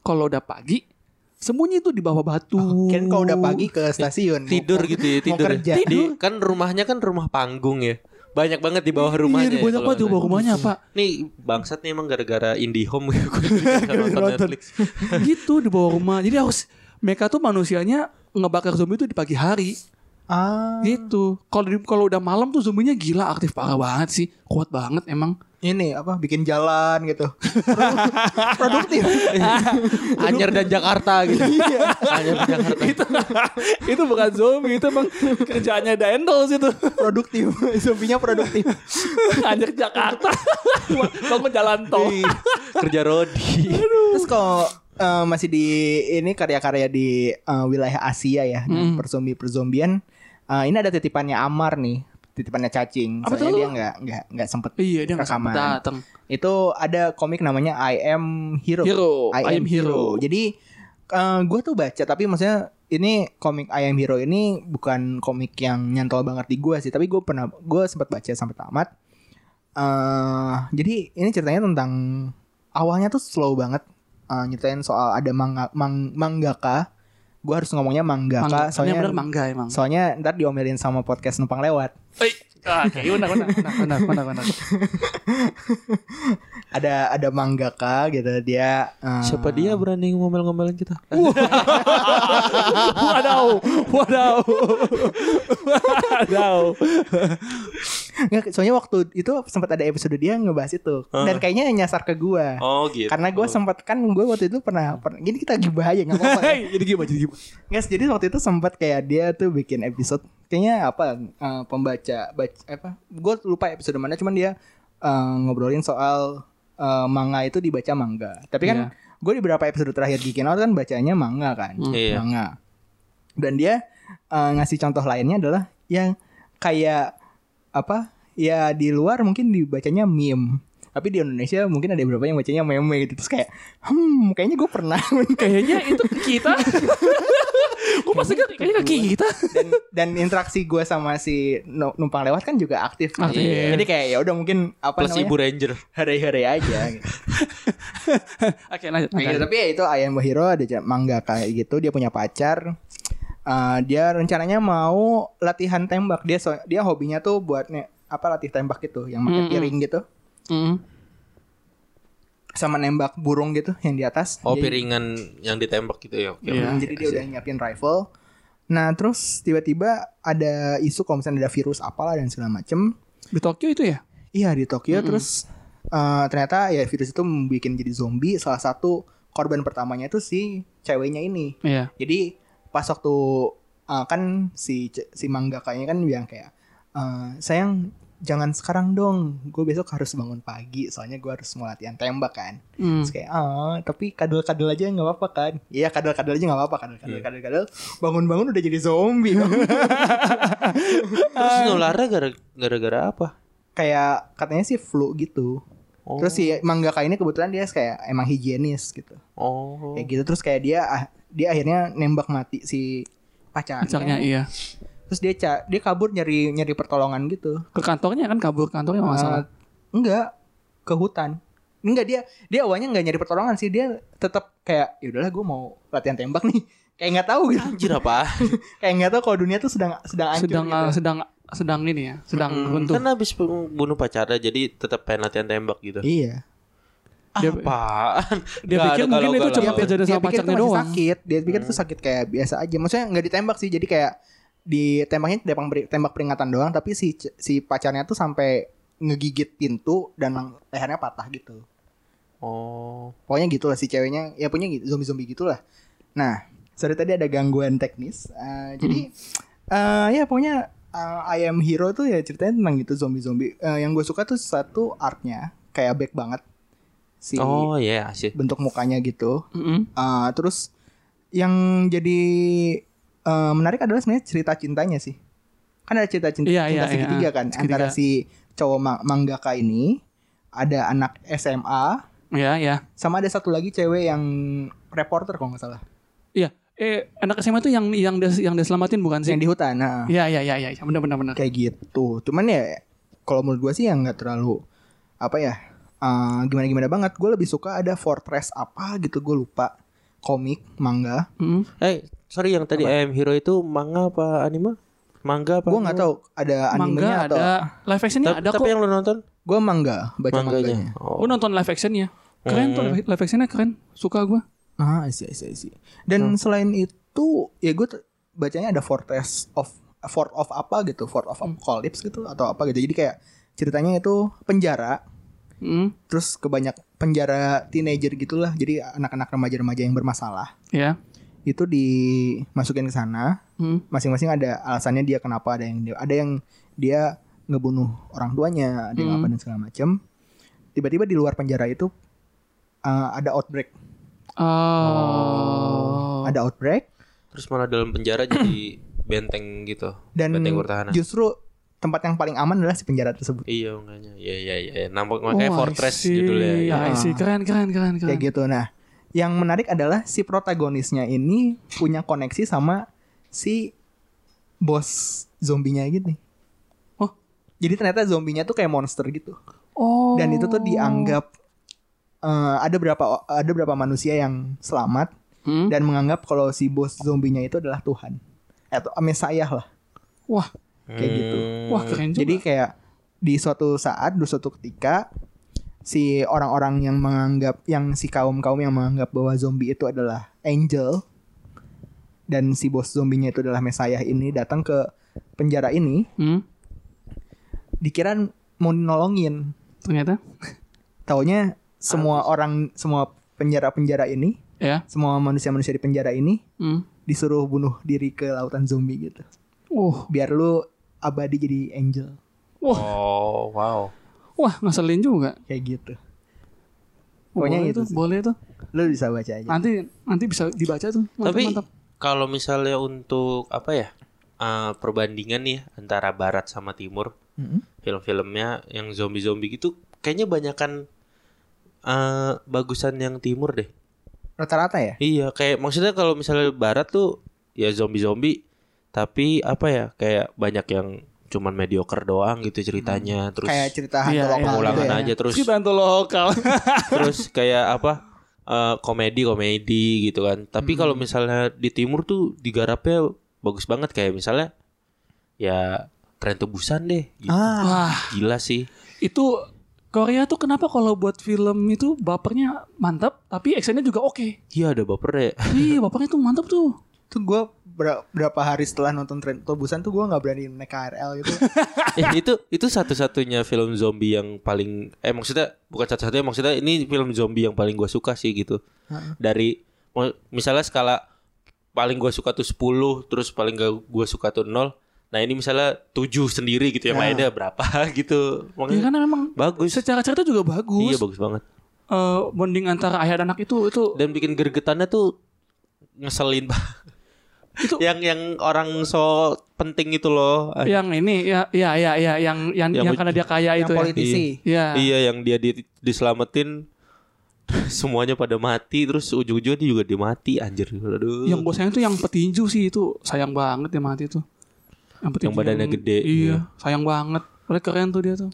[SPEAKER 3] kalau udah pagi sembunyi tuh di bawah batu.
[SPEAKER 1] Oh, kirain kalau udah pagi ke stasiun
[SPEAKER 2] Tidur
[SPEAKER 1] mau-
[SPEAKER 2] gitu ya,
[SPEAKER 1] mau
[SPEAKER 2] tidur. ya.
[SPEAKER 1] kerja.
[SPEAKER 2] Di, kan rumahnya kan rumah panggung ya. Banyak banget di bawah rumahnya.
[SPEAKER 3] Iya,
[SPEAKER 2] ya,
[SPEAKER 3] banyak
[SPEAKER 2] kalau
[SPEAKER 3] banget di bawah
[SPEAKER 2] ada.
[SPEAKER 3] rumahnya, Pak.
[SPEAKER 2] Nih bangsat nih emang gara-gara IndiHome gue nonton Netflix.
[SPEAKER 3] Gitu di bawah rumah. Jadi harus mereka tuh manusianya ngebakar zombie itu di pagi hari.
[SPEAKER 1] Ah,
[SPEAKER 3] Gitu. Kalau di- kalau udah malam tuh zombinya gila aktif parah banget sih. Kuat banget emang.
[SPEAKER 1] ini apa bikin jalan gitu. Produktif.
[SPEAKER 2] Anyer dan Jakarta gitu. Anyer dan Jakarta.
[SPEAKER 3] itu itu bukan zombie, itu emang kerjaannya Dendels itu.
[SPEAKER 1] Produktif. Zombinya produktif.
[SPEAKER 3] Anjir Jakarta. Bangun jalan tol.
[SPEAKER 2] Kerja rodi.
[SPEAKER 1] Terus kalau eh, masih di ini karya-karya di eh, wilayah Asia ya, nah, perzombi perzombian. eh, ini ada titipannya Amar nih, titipannya cacing.
[SPEAKER 3] Apa
[SPEAKER 1] Soalnya
[SPEAKER 3] tuh?
[SPEAKER 1] dia nggak nggak nggak sempet
[SPEAKER 3] Iya, dia nggak
[SPEAKER 1] rekaman.
[SPEAKER 3] sempet dateng.
[SPEAKER 1] Itu ada komik namanya I Am Hero.
[SPEAKER 3] Hero,
[SPEAKER 1] I Am Hero.
[SPEAKER 3] Hero.
[SPEAKER 1] Jadi gue tuh baca, tapi maksudnya ini komik I Am Hero ini bukan komik yang nyantol banget di gue sih, tapi gue pernah gue sempat baca sampai tamat. Eh, jadi ini ceritanya tentang awalnya tuh slow banget. Eh, nyeritain soal ada manga, mang, mangaka. Gue harus ngomongnya mangaka,
[SPEAKER 3] Mangga. Soalnya
[SPEAKER 1] soalnya
[SPEAKER 3] bener mangga emang.
[SPEAKER 1] soalnya ntar diomelin sama podcast numpang lewat.
[SPEAKER 3] Eh, ah, oke, benar benar benar benar benar.
[SPEAKER 1] Ada ada mangaka gitu dia. eh,
[SPEAKER 2] Siapa dia berani ngomel-ngomelin kita?
[SPEAKER 3] Wadaw, wadaw, wadaw.
[SPEAKER 1] Nggak, soalnya waktu itu sempat ada episode dia ngebahas itu dan kayaknya nyasar ke gua.
[SPEAKER 2] Oh gitu.
[SPEAKER 1] Karena gue sempat kan gue waktu itu pernah, pernah gini kita lagi bahaya nggak apa-apa. Ya.
[SPEAKER 3] Jadi gimana? Jadi gimana?
[SPEAKER 1] Guys, jadi waktu itu sempat kayak dia tuh bikin episode kayaknya apa eh, pembaca baca apa? Gue lupa episode mana, cuman dia eh, ngobrolin soal eh, manga itu dibaca manga. Tapi kan
[SPEAKER 3] Iya.
[SPEAKER 1] gue di beberapa episode terakhir Geekin Out kan bacanya manga kan,
[SPEAKER 2] Iya.
[SPEAKER 1] manga. Dan dia eh, ngasih contoh lainnya adalah yang kayak apa? Ya di luar mungkin dibacanya meme. Tapi di Indonesia mungkin ada beberapa yang bacanya meme gitu. Terus kayak hmm kayaknya gue pernah.
[SPEAKER 3] Kayaknya itu ke kita. Gue pasti kan kayaknya ke kita.
[SPEAKER 1] dan dan interaksi gue sama si nu- numpang lewat kan juga aktif.
[SPEAKER 3] Aktif.
[SPEAKER 1] Jadi kayak ya udah mungkin apa
[SPEAKER 2] Plus Ibu
[SPEAKER 1] namanya?
[SPEAKER 2] Ranger.
[SPEAKER 1] Hari-hari aja gitu.
[SPEAKER 3] Oke, lanjut.
[SPEAKER 1] Nah, gitu. Tapi ya itu I Am Hero ada ja- manga kayak gitu, dia punya pacar. Eh, dia rencananya mau latihan tembak. Dia so- dia hobinya tuh buat nih apa latih tembak gitu, yang pakai
[SPEAKER 3] Mm-mm.
[SPEAKER 1] piring gitu.
[SPEAKER 3] Mm.
[SPEAKER 1] Sama nembak burung gitu yang di atas.
[SPEAKER 2] Oh
[SPEAKER 1] Jadi-
[SPEAKER 2] piringan yang ditembak gitu ya. Oke.
[SPEAKER 3] Iya.
[SPEAKER 1] Hmm, jadi dia udah nyiapin rifle. Nah terus tiba-tiba ada isu kalau misalnya ada virus apalah dan segala macem.
[SPEAKER 3] Di Tokyo itu ya?
[SPEAKER 1] Iya di Tokyo. Terus eh, ternyata ya virus itu membuat jadi zombie. Salah satu korban pertamanya itu si ceweknya ini.
[SPEAKER 3] Iya.
[SPEAKER 1] Jadi pas waktu eh, kan si ce- si mangakanya kan bilang kayak eh, sayang jangan sekarang dong, gue besok harus bangun pagi soalnya gue harus mau latihan tembak kan.
[SPEAKER 3] Hmm.
[SPEAKER 1] Terus kayak ah tapi kadal-kadal aja nggak apa-apa kan. Iya kadal-kadal aja nggak apa-apa, kadal-kadal kadal-kadal bangun-bangun udah jadi zombie.
[SPEAKER 2] Terus nularnya gara- gara-gara apa?
[SPEAKER 1] Kayak katanya sih flu gitu.
[SPEAKER 2] Oh.
[SPEAKER 1] Terus si mangaka ini kebetulan dia kayak emang higienis gitu.
[SPEAKER 2] Oh.
[SPEAKER 1] Kayak gitu terus kayak dia ah, dia akhirnya nembak mati si pacarnya.
[SPEAKER 3] Pacarnya iya.
[SPEAKER 1] Terus dia ca- dia kabur nyari nyari pertolongan gitu.
[SPEAKER 3] Ke kantornya kan kabur kantornya nggak masalah.
[SPEAKER 1] Eh, enggak, ke hutan. Enggak, dia dia awalnya enggak nyari pertolongan sih, dia tetap kayak ya udahlah gue mau latihan tembak nih. Kayak nggak tahu gitu.
[SPEAKER 2] Anjir apa?
[SPEAKER 1] Kayak nggak tahu kalau dunia tuh sedang sedang hancur
[SPEAKER 3] sedang
[SPEAKER 1] gitu.
[SPEAKER 3] sedang sedang ini ya, sedang runtuh.
[SPEAKER 2] Kan habis bunuh pacarnya jadi tetap pengen latihan tembak gitu.
[SPEAKER 1] Iya.
[SPEAKER 3] Dia-
[SPEAKER 2] Apaan?
[SPEAKER 3] dia
[SPEAKER 2] Nggak
[SPEAKER 3] pikir
[SPEAKER 2] ada
[SPEAKER 3] mungkin itu
[SPEAKER 2] galau-galau.
[SPEAKER 3] cuma kejadian
[SPEAKER 1] Dia
[SPEAKER 3] sama
[SPEAKER 1] pikir itu
[SPEAKER 3] pacarnya
[SPEAKER 1] masih
[SPEAKER 3] doang.
[SPEAKER 1] sakit. Dia pikir itu sakit kayak biasa aja. Maksudnya nggak ditembak sih. Jadi kayak ditembaknya tembak beri- tembak peringatan doang, tapi si si pacarnya tuh sampai ngegigit pintu dan lang- lehernya patah gitu.
[SPEAKER 2] Oh.
[SPEAKER 1] Pokoknya gitu lah si ceweknya. Ya punya gitu, zombie-zombie gitulah. Nah, sorry tadi ada gangguan teknis. Eh, jadi eh, ya pokoknya eh, I Am Hero tuh ya ceritanya tentang gitu zombie-zombie. Eh, yang gue suka tuh satu artnya kayak back banget. Si
[SPEAKER 2] Oh iya sih.
[SPEAKER 1] bentuk mukanya gitu.
[SPEAKER 3] Mm-mm.
[SPEAKER 1] Uh, terus yang jadi uh, menarik adalah sebenarnya cerita cintanya sih. Kan ada cerita cinta,
[SPEAKER 3] Iya,
[SPEAKER 1] cinta
[SPEAKER 3] iya,
[SPEAKER 1] segitiga
[SPEAKER 3] iya.
[SPEAKER 1] kan
[SPEAKER 3] Segitiga.
[SPEAKER 1] antara si cowok ma- mangaka ini, ada anak S M A,
[SPEAKER 3] Ya ya.
[SPEAKER 1] sama ada satu lagi cewek yang reporter kalau nggak salah,
[SPEAKER 3] Iya. Eh anak S M A itu yang yang dia, yang dia selamatin bukan sih?
[SPEAKER 1] yang di hutan. Nah,
[SPEAKER 3] Iya iya iya iya benar benar benar.
[SPEAKER 1] kayak gitu. Cuman ya kalau menurut gue sih yang nggak terlalu apa ya, uh, gimana gimana banget. Gue lebih suka ada Fortress apa gitu, gue lupa. komik, manga.
[SPEAKER 3] Hmm.
[SPEAKER 2] Eh, sorry yang tadi I Am Hero itu manga apa anime? Manga apa?
[SPEAKER 1] Gue nggak tahu ada animenya
[SPEAKER 3] Manga
[SPEAKER 1] atau
[SPEAKER 3] ada, live actionnya
[SPEAKER 2] Ta-
[SPEAKER 3] ada
[SPEAKER 2] tapi
[SPEAKER 3] kok.
[SPEAKER 2] yang lu nonton
[SPEAKER 1] gue manga, baca manganya.
[SPEAKER 2] manganya. Oh.
[SPEAKER 3] Gue nonton live actionnya. Keren tuh
[SPEAKER 2] Hmm.
[SPEAKER 3] live actionnya keren. Suka gue.
[SPEAKER 1] Ah, I see, I see, I see. Dan selain itu, ya gue t- bacanya ada Fortress of Fort of apa gitu, Fort of Apocalypse gitu atau apa gitu. Jadi kayak ceritanya itu penjara,
[SPEAKER 3] Hmm.
[SPEAKER 1] terus kebanyak penjara teenager gitulah. Jadi anak-anak remaja-remaja yang bermasalah
[SPEAKER 3] Ya.
[SPEAKER 1] itu dimasukin ke sana.
[SPEAKER 3] Hmm.
[SPEAKER 1] Masing-masing ada alasannya dia kenapa, ada yang dia, ada yang dia ngebunuh orang tuanya, ada yang
[SPEAKER 3] Hmm.
[SPEAKER 1] apa dan segala macam. Tiba-tiba di luar penjara itu uh, ada outbreak,
[SPEAKER 3] Oh.
[SPEAKER 1] ada outbreak.
[SPEAKER 2] Terus malah dalam penjara jadi benteng gitu.
[SPEAKER 1] Dan
[SPEAKER 2] benteng pertahanan.
[SPEAKER 1] justru tempat yang paling aman adalah si penjara tersebut.
[SPEAKER 2] Iya makanya. Iya iya iya. Nampak
[SPEAKER 3] Oh,
[SPEAKER 2] makanya
[SPEAKER 3] I
[SPEAKER 2] Fortress
[SPEAKER 3] see.
[SPEAKER 2] judulnya.
[SPEAKER 3] Ya,
[SPEAKER 2] Ya.
[SPEAKER 3] I see. Keren, keren, keren, keren.
[SPEAKER 1] Kayak gitu. Nah, yang menarik adalah si protagonisnya ini punya koneksi sama si bos zombinya gitu nih.
[SPEAKER 3] Oh.
[SPEAKER 1] Jadi ternyata zombinya tuh kayak monster gitu.
[SPEAKER 3] Oh.
[SPEAKER 1] Dan itu tuh dianggap eh, ada berapa ada berapa manusia yang selamat
[SPEAKER 3] Hmm?
[SPEAKER 1] dan menganggap kalau si bos zombinya itu adalah Tuhan atau Mesayah lah,
[SPEAKER 3] Wah,
[SPEAKER 1] kayak gitu.
[SPEAKER 2] Hmm.
[SPEAKER 3] wah keren juga.
[SPEAKER 1] Jadi kayak di suatu saat, di suatu ketika si orang-orang yang menganggap, yang si kaum-kaum yang menganggap bahwa zombie itu adalah angel dan si bos zombinya itu adalah Mesayah ini datang ke penjara ini,
[SPEAKER 3] Hmm?
[SPEAKER 1] dikira mau nolongin.
[SPEAKER 3] Ternyata.
[SPEAKER 1] Taunya semua orang, semua penjara-penjara ini,
[SPEAKER 3] Ya.
[SPEAKER 1] semua manusia-manusia di penjara ini
[SPEAKER 3] Hmm.
[SPEAKER 1] disuruh bunuh diri ke lautan zombie gitu.
[SPEAKER 3] Uh.
[SPEAKER 1] Biar lu abadi jadi angel,
[SPEAKER 3] Wah,
[SPEAKER 2] Oh wow.
[SPEAKER 3] wah ngeselin juga.
[SPEAKER 1] kayak gitu. Pokoknya
[SPEAKER 3] Boleh
[SPEAKER 1] itu
[SPEAKER 3] tuh,
[SPEAKER 1] sih.
[SPEAKER 3] boleh tuh.
[SPEAKER 1] Lu bisa baca aja.
[SPEAKER 3] Nanti nanti bisa dibaca tuh. Mantap,
[SPEAKER 2] Tapi
[SPEAKER 3] mantap.
[SPEAKER 2] kalau misalnya untuk apa ya eh, perbandingan nih antara Barat sama Timur,
[SPEAKER 1] Mm-mm.
[SPEAKER 2] film-filmnya yang zombie-zombie gitu, kayaknya banyakan eh bagusan yang Timur deh.
[SPEAKER 1] Rata-rata ya?
[SPEAKER 2] Iya, kayak maksudnya kalau misalnya Barat tuh ya zombie-zombie, tapi apa ya kayak banyak yang cuman mediocre doang gitu ceritanya, terus
[SPEAKER 1] Kayak cerita hantu
[SPEAKER 3] Iya,
[SPEAKER 1] lokal
[SPEAKER 3] iya.
[SPEAKER 1] gitu
[SPEAKER 2] pengulangan
[SPEAKER 1] ya.
[SPEAKER 2] aja terus
[SPEAKER 3] Kita hantu lokal.
[SPEAKER 2] terus kayak apa eh, komedi-komedi gitu kan. Tapi kalau misalnya di Timur tuh digarapnya bagus banget, kayak misalnya ya Tren to Busan deh gitu.
[SPEAKER 1] Ah,
[SPEAKER 3] Wah,
[SPEAKER 2] Gila sih.
[SPEAKER 3] itu Korea tuh kenapa kalau buat film itu bapernya mantap, tapi actionnya juga oke.
[SPEAKER 2] Iya ada baper ya.
[SPEAKER 3] Iya, bapernya tuh mantap tuh.
[SPEAKER 1] tuh gue berapa hari setelah nonton Tren to Busan tuh gue nggak berani naik K R L gitu.
[SPEAKER 2] eh, itu itu satu-satunya film zombie yang paling eh maksudnya bukan satu-satunya, maksudnya ini film zombie yang paling gue suka sih gitu. Dari mo- misalnya skala paling gue suka tuh sepuluh, terus paling gak gue suka tuh nol. Nah ini misalnya tujuh sendiri gitu, yang
[SPEAKER 1] Nah.
[SPEAKER 2] lainnya berapa gitu.
[SPEAKER 3] Ya
[SPEAKER 2] Makanya
[SPEAKER 3] karena memang
[SPEAKER 2] bagus.
[SPEAKER 3] secara cerita juga bagus.
[SPEAKER 2] Iya bagus banget.
[SPEAKER 3] Eh, bonding antara ayah dan anak itu itu
[SPEAKER 2] Dan bikin gregetannya tuh ngeselin banget.
[SPEAKER 3] Itu-
[SPEAKER 2] yang yang orang so penting itu loh.
[SPEAKER 3] yang ini ya ya ya ya yang yang,
[SPEAKER 2] Yang
[SPEAKER 3] yang
[SPEAKER 2] uj-
[SPEAKER 3] karena dia kaya
[SPEAKER 1] Yang
[SPEAKER 3] itu ya.
[SPEAKER 1] politisi.
[SPEAKER 3] Iya.
[SPEAKER 2] Iya yang dia di, diselamatin semuanya pada mati, terus ujung-ujungnya dia juga dia mati anjir. Aduh.
[SPEAKER 3] Yang gue sayang tuh yang petinju sih, itu sayang banget dia mati tuh. Yang petinju
[SPEAKER 2] Yang badannya gede.
[SPEAKER 3] Iya,
[SPEAKER 2] Iya.
[SPEAKER 3] sayang banget. Padahal keren tuh dia tuh.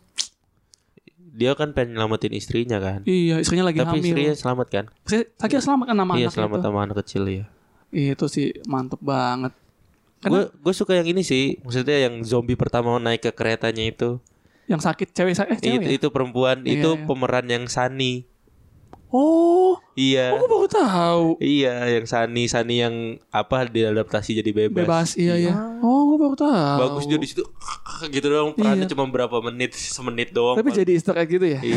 [SPEAKER 2] Dia kan pengen nyelamatin istrinya kan.
[SPEAKER 3] Iya, istrinya lagi
[SPEAKER 2] Tapi
[SPEAKER 3] hamil.
[SPEAKER 2] istrinya selamat kan?
[SPEAKER 3] Saya saya kira selamat kan nama
[SPEAKER 2] Iya
[SPEAKER 3] anaknya
[SPEAKER 2] selamat
[SPEAKER 3] itu.
[SPEAKER 2] sama anak kecil ya.
[SPEAKER 3] Itu sih mantep banget.
[SPEAKER 2] Gue gue suka yang ini sih, maksudnya yang zombie pertama naik ke keretanya itu.
[SPEAKER 3] Yang sakit cewek sa- eh cewek
[SPEAKER 2] Itu,
[SPEAKER 3] ya?
[SPEAKER 2] itu perempuan,
[SPEAKER 3] Iya,
[SPEAKER 2] itu
[SPEAKER 3] iya.
[SPEAKER 2] pemeran yang Sunny.
[SPEAKER 3] Oh,
[SPEAKER 2] Iya.
[SPEAKER 3] oh gue baru tahu.
[SPEAKER 2] Iya, yang Sunny, Sunny yang apa diadaptasi jadi bebas.
[SPEAKER 3] Bebas, iya iya. Oh, gue baru tahu.
[SPEAKER 2] Bagus dia di situ. Gitu doang, perannya
[SPEAKER 3] Iya.
[SPEAKER 2] cuma berapa menit, semenit doang.
[SPEAKER 3] Tapi
[SPEAKER 2] Paling.
[SPEAKER 3] jadi easter egg gitu ya.
[SPEAKER 2] Iya.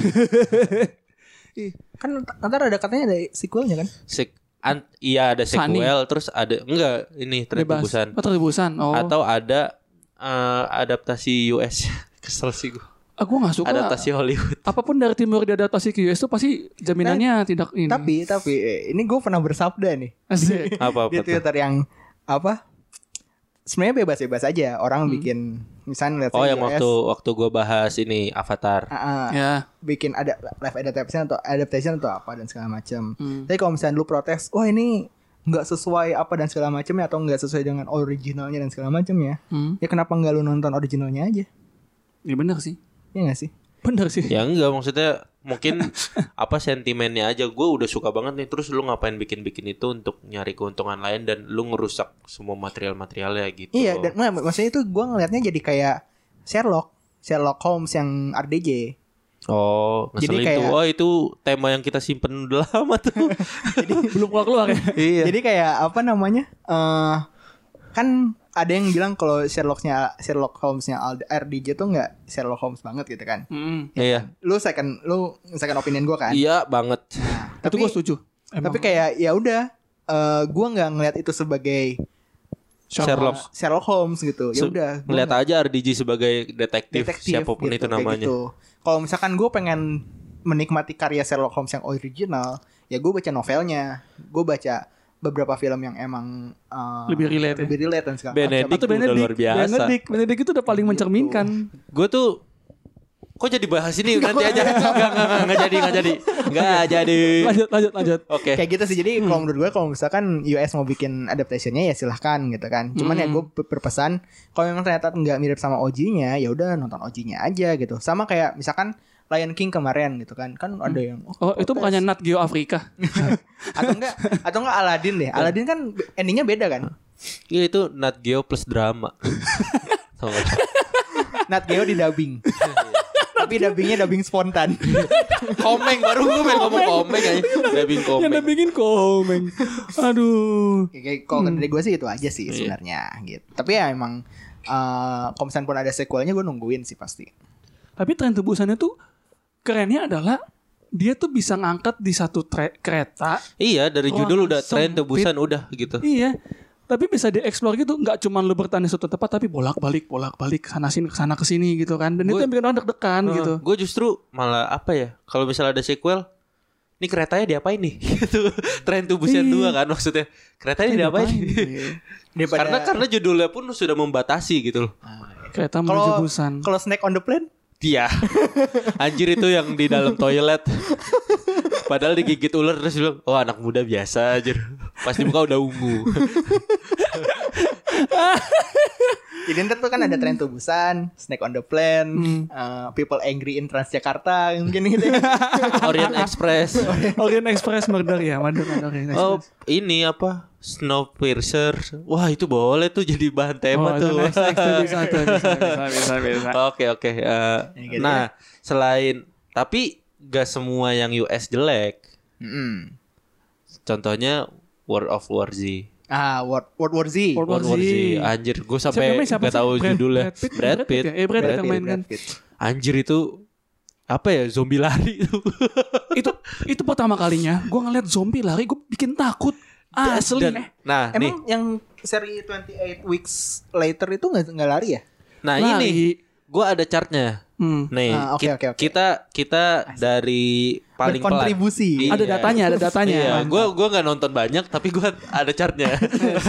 [SPEAKER 1] Kan ntar ada katanya ada sequelnya kan?
[SPEAKER 2] Sek- an- iya ada
[SPEAKER 3] Sunny.
[SPEAKER 2] sequel, terus ada enggak ini Tren to
[SPEAKER 3] Bebas.
[SPEAKER 2] Busan.
[SPEAKER 3] Oh, tebusan. Oh.
[SPEAKER 2] Atau ada eh, adaptasi U S. Kesel sih gue.
[SPEAKER 3] Aku gak suka.
[SPEAKER 2] Adaptasi Hollywood.
[SPEAKER 3] Apapun dari timur diadaptasi ke U S itu pasti jaminannya tidak ini.
[SPEAKER 1] Tapi tapi eh, ini gue pernah bersabda nih
[SPEAKER 3] Asik.
[SPEAKER 2] Apa apa
[SPEAKER 1] di
[SPEAKER 2] tuh?
[SPEAKER 1] Twitter yang apa? Sebenarnya bebas-bebas aja orang bikin misalnya let's
[SPEAKER 2] Oh
[SPEAKER 1] say
[SPEAKER 2] yang
[SPEAKER 1] U S,
[SPEAKER 2] waktu waktu gue bahas ini Avatar.
[SPEAKER 1] ah, ah,
[SPEAKER 3] Ya.
[SPEAKER 1] bikin ada live adaptation atau adaptation atau apa dan segala macam.
[SPEAKER 3] Hmm.
[SPEAKER 1] Tapi kalau misalnya lu protes, wah ini nggak sesuai apa dan segala macamnya atau nggak sesuai dengan originalnya dan segala macamnya,
[SPEAKER 3] Hmm.
[SPEAKER 1] ya kenapa nggak lu nonton originalnya aja?
[SPEAKER 3] Ya bener sih.
[SPEAKER 1] Ya nggak sih?
[SPEAKER 3] Bener sih.
[SPEAKER 2] Ya enggak, maksudnya mungkin apa sentimennya aja. Gue udah suka banget nih, terus lu ngapain bikin-bikin itu untuk nyari keuntungan lain dan lu ngerusak semua material-materialnya gitu.
[SPEAKER 1] Iya, dan nah, maksudnya itu gue ngelihatnya jadi kayak Sherlock, Sherlock Holmes yang R D J.
[SPEAKER 2] Oh,
[SPEAKER 1] Jadi
[SPEAKER 2] ngeselin
[SPEAKER 1] kayak-
[SPEAKER 2] tuh. Oh, itu tema yang kita simpen udah lama tuh.
[SPEAKER 3] Belum keluar-keluar ya.
[SPEAKER 2] Iya.
[SPEAKER 1] Jadi kayak apa namanya? eh kan ada yang bilang kalau Sherlocknya Sherlock Holmesnya R D J tuh nggak Sherlock Holmes banget gitu kan?
[SPEAKER 3] Mm.
[SPEAKER 2] Iya.
[SPEAKER 1] Lu second, lu second opinion gue kan?
[SPEAKER 2] Iya banget.
[SPEAKER 3] Itu
[SPEAKER 1] Tapi-
[SPEAKER 3] gue setuju.
[SPEAKER 1] Tapi kayak ya udah, eh gue nggak ngeliat itu sebagai
[SPEAKER 2] Sherlock.
[SPEAKER 1] Sherlock Holmes gitu. Ya
[SPEAKER 2] Se-
[SPEAKER 1] udah. gua
[SPEAKER 2] Ngeliat
[SPEAKER 1] nggak-
[SPEAKER 2] aja R D J sebagai detektif, siapapun
[SPEAKER 1] gitu,
[SPEAKER 2] itu
[SPEAKER 1] kayak
[SPEAKER 2] namanya.
[SPEAKER 1] gitu. Kalau misalkan gue pengen menikmati karya Sherlock Holmes yang original, ya gue baca novelnya, gue baca beberapa film yang emang uh,
[SPEAKER 3] Lebih relate ya?
[SPEAKER 1] lebih relate dan segala
[SPEAKER 2] Benedict
[SPEAKER 1] macam.
[SPEAKER 3] Atau
[SPEAKER 2] udah
[SPEAKER 3] Benedict,
[SPEAKER 2] luar biasa.
[SPEAKER 3] Benedict, Benedict itu udah paling mencerminkan.
[SPEAKER 2] Gue tuh kok jadi bahas ini nanti aja. Enggak enggak enggak enggak jadi enggak jadi. Enggak jadi.
[SPEAKER 3] Lanjut, lanjut, lanjut.
[SPEAKER 2] Oke.
[SPEAKER 1] Kayak gitu sih. Jadi kalau menurut gue kalau misalkan U S mau bikin adaptationnya ya silahkan gitu kan. Cuman ya
[SPEAKER 3] Hmm.
[SPEAKER 1] gue berpesan kalau memang ternyata nggak mirip sama O G-nya, ya udah nonton O G-nya aja gitu. Sama kayak misalkan Lion King kemarin gitu kan. Kan ada yang
[SPEAKER 3] Oh, itu bukannya Nat Geo Afrika.
[SPEAKER 1] atau enggak atau enggak Aladdin deh. Aladdin kan endingnya beda kan.
[SPEAKER 2] Iya itu Nat Geo plus drama. Tau gak?
[SPEAKER 1] Nat Geo di dubbing. Tapi dubbingnya dubbing spontan.
[SPEAKER 2] Komeng baru gue main ngomong komeng aja. Dubbing
[SPEAKER 3] Yang
[SPEAKER 2] komeng.
[SPEAKER 3] udah bikin komeng. Aduh.
[SPEAKER 1] Ya, kayak kalau dari gue sih itu aja sih
[SPEAKER 2] Iya.
[SPEAKER 1] sebenarnya gitu. Tapi ya emang uh, kalau misalnya pun ada sequelnya gue nungguin sih pasti.
[SPEAKER 3] Tapi tren tebusannya tuh kerennya adalah dia tuh bisa ngangkat di satu tre- kereta.
[SPEAKER 2] Iya dari judul
[SPEAKER 3] Ruangan
[SPEAKER 2] udah tren
[SPEAKER 3] sempit.
[SPEAKER 2] tebusan udah gitu.
[SPEAKER 3] Iya. Tapi bisa dieksplor gitu, nggak cuma lu bertahan di suatu tempat, tapi bolak-balik, bolak-balik kesana sini, kesana kesini gitu kan. Dan itu
[SPEAKER 2] Gua-
[SPEAKER 3] yang bikin orang deg-degan gitu.
[SPEAKER 2] Gue justru malah apa ya? Kalau misalnya ada sequel, ini keretanya diapain nih? Gitu. Tren tebusan
[SPEAKER 3] Iya.
[SPEAKER 2] dua kan maksudnya. Keretanya diapain?
[SPEAKER 1] Daripada
[SPEAKER 2] Karena karena judulnya pun sudah membatasi gitu loh.
[SPEAKER 3] Kereta menuju
[SPEAKER 1] kalau
[SPEAKER 3] Busan.
[SPEAKER 1] kalau Snake on the Plane
[SPEAKER 2] Dia anjir itu yang di dalam toilet. Padahal digigit ular terus bilang, "Oh, anak muda biasa anjir." Pasti muka udah ungu.
[SPEAKER 1] jadi ntar tuh kan ada tren tubusan, Snake on the Plane, uh, People Angry in Transjakarta mungkin gitu ya.
[SPEAKER 2] Orient Express.
[SPEAKER 3] Orient Express murder ya, murder kan Orient
[SPEAKER 2] Oh,
[SPEAKER 3] Express.
[SPEAKER 2] ini apa? Snowpiercer. Wah, itu boleh tuh jadi bahan tema
[SPEAKER 3] Oh, itu
[SPEAKER 2] tuh.
[SPEAKER 3] next, next tuh bisa tuh, bisa, bisa, bisa, bisa.
[SPEAKER 2] Oke, oke. Eh,
[SPEAKER 1] gitu
[SPEAKER 2] nah, selain tapi gak semua yang U S jelek.
[SPEAKER 1] Mm-mm.
[SPEAKER 2] Contohnya World of Warzy.
[SPEAKER 1] Ah, World World War Z.
[SPEAKER 3] World War
[SPEAKER 2] World War Z.
[SPEAKER 3] Z.
[SPEAKER 2] Anjir, gue
[SPEAKER 3] Siapa
[SPEAKER 2] sampai
[SPEAKER 3] namanya, siapa
[SPEAKER 2] gak
[SPEAKER 3] sih?
[SPEAKER 2] tahu
[SPEAKER 3] Brad-
[SPEAKER 2] judulnya.
[SPEAKER 3] Brad Pitt?
[SPEAKER 2] Brad
[SPEAKER 3] Brad
[SPEAKER 2] Pitt.
[SPEAKER 3] Pitt ya? Eh, Brad Pitt yang main kan.
[SPEAKER 2] Anjir itu apa ya? Zombie lari itu.
[SPEAKER 3] itu itu pertama kalinya gue ngeliat zombie lari, gue bikin takut. Asli.
[SPEAKER 2] Dan- nah, nih.
[SPEAKER 1] Emang yang seri twenty-eight weeks later itu nggak nggak lari ya?
[SPEAKER 2] Nah,
[SPEAKER 3] Lari.
[SPEAKER 2] ini gue ada chartnya.
[SPEAKER 3] Hmm.
[SPEAKER 2] Nih,
[SPEAKER 1] Ah, oke,
[SPEAKER 2] ki-
[SPEAKER 1] oke, oke.
[SPEAKER 2] kita kita dari paling pelan.
[SPEAKER 1] Berkontribusi.
[SPEAKER 2] Iya.
[SPEAKER 3] Ada datanya, ada datanya.
[SPEAKER 2] Iya, gue gua nggak nonton banyak, tapi gue ada chartnya.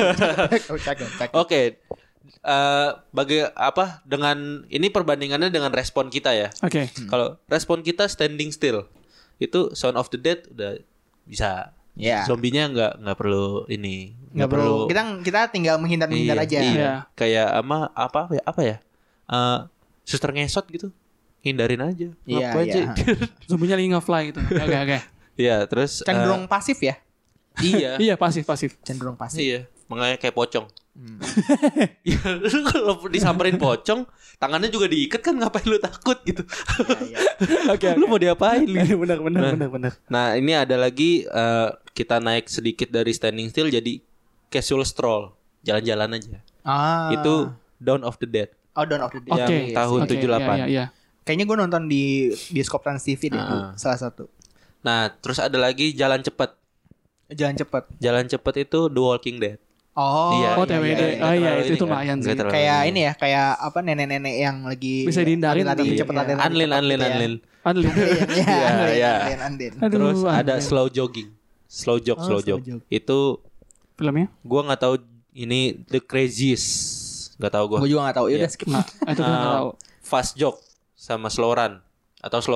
[SPEAKER 2] Oke, eh bagi apa dengan ini perbandingannya dengan respon kita ya.
[SPEAKER 3] Oke.
[SPEAKER 2] Kalau respon kita standing still, itu Sound of the Dead udah bisa.
[SPEAKER 1] Ya.
[SPEAKER 2] Zombinya nggak nggak perlu ini,
[SPEAKER 1] Nggak perlu. Kita kita tinggal menghindar menghindar
[SPEAKER 2] Iya,
[SPEAKER 1] aja.
[SPEAKER 2] Iya.
[SPEAKER 3] Iya.
[SPEAKER 2] Kayak ama apa ya apa ya? Eh suster ngesot gitu, hindarin aja.
[SPEAKER 1] Iya,
[SPEAKER 2] Ngaku aja.
[SPEAKER 1] iya.
[SPEAKER 3] Zombinya lagi nge-fly gitu. Oke, oke.
[SPEAKER 2] Iya, terus eh,
[SPEAKER 1] Cenderung pasif ya.
[SPEAKER 2] iya.
[SPEAKER 3] Iya, pasif, pasif.
[SPEAKER 1] Cenderung pasif.
[SPEAKER 2] Iya, makanya kayak pocong. Ya, lu kalau disamperin pocong, tangannya juga diikat kan ngapain lu takut gitu.
[SPEAKER 1] Iya,
[SPEAKER 3] Oke,
[SPEAKER 2] Lu mau diapain?
[SPEAKER 3] benar, benar,
[SPEAKER 2] Nah.
[SPEAKER 3] benar, benar.
[SPEAKER 2] Nah, ini ada lagi eh, kita naik sedikit dari standing still jadi casual stroll, jalan-jalan aja.
[SPEAKER 1] Ah.
[SPEAKER 2] Itu Dawn of the Dead.
[SPEAKER 1] Oh, Dawn of the Dead.
[SPEAKER 2] Yang
[SPEAKER 3] Oke.
[SPEAKER 2] tahun
[SPEAKER 3] Oke,
[SPEAKER 2] tujuh puluh delapan.
[SPEAKER 3] Iya, iya, iya.
[SPEAKER 1] Kayaknya gue nonton di bioskop Trans T V deh,
[SPEAKER 2] Ah.
[SPEAKER 1] salah satu.
[SPEAKER 2] Nah, terus ada lagi jalan cepat.
[SPEAKER 1] Jalan cepet.
[SPEAKER 2] Jalan cepat itu The Walking Dead.
[SPEAKER 1] Oh,
[SPEAKER 2] Iya,
[SPEAKER 3] Oh,
[SPEAKER 1] iya,
[SPEAKER 3] T W D.
[SPEAKER 1] iya, iya.
[SPEAKER 3] Oh iya,
[SPEAKER 2] terlalu
[SPEAKER 3] itu
[SPEAKER 2] ini
[SPEAKER 3] itu
[SPEAKER 2] kan.
[SPEAKER 3] lumayan sih.
[SPEAKER 2] Nggak terlalu
[SPEAKER 1] Kayak
[SPEAKER 2] ini.
[SPEAKER 1] ini ya, kayak apa nenek-nenek yang lagi
[SPEAKER 3] Bisa dihindarin
[SPEAKER 1] lari
[SPEAKER 3] tapi-
[SPEAKER 1] cepet lari
[SPEAKER 2] Anlin, anlin, anlin.
[SPEAKER 3] Anlin.
[SPEAKER 1] Iya,
[SPEAKER 2] Iya,
[SPEAKER 1] anlin,
[SPEAKER 2] iya.
[SPEAKER 1] anlin, anlin.
[SPEAKER 3] Aduh,
[SPEAKER 2] Terus ada
[SPEAKER 3] anlin.
[SPEAKER 2] slow jogging. Slow jog,
[SPEAKER 1] Oh,
[SPEAKER 2] slow
[SPEAKER 1] slow
[SPEAKER 2] jog.
[SPEAKER 1] jog.
[SPEAKER 2] Itu
[SPEAKER 3] Filmnya?
[SPEAKER 2] gua nggak tahu ini The Craziest. Nggak tahu gua.
[SPEAKER 1] Gue juga gak taue. Ya
[SPEAKER 2] Iya.
[SPEAKER 1] udah skip.
[SPEAKER 3] Nah, itu gue nggak
[SPEAKER 2] Uh,
[SPEAKER 3] tahu.
[SPEAKER 2] Fast jog sama slow run atau slow run.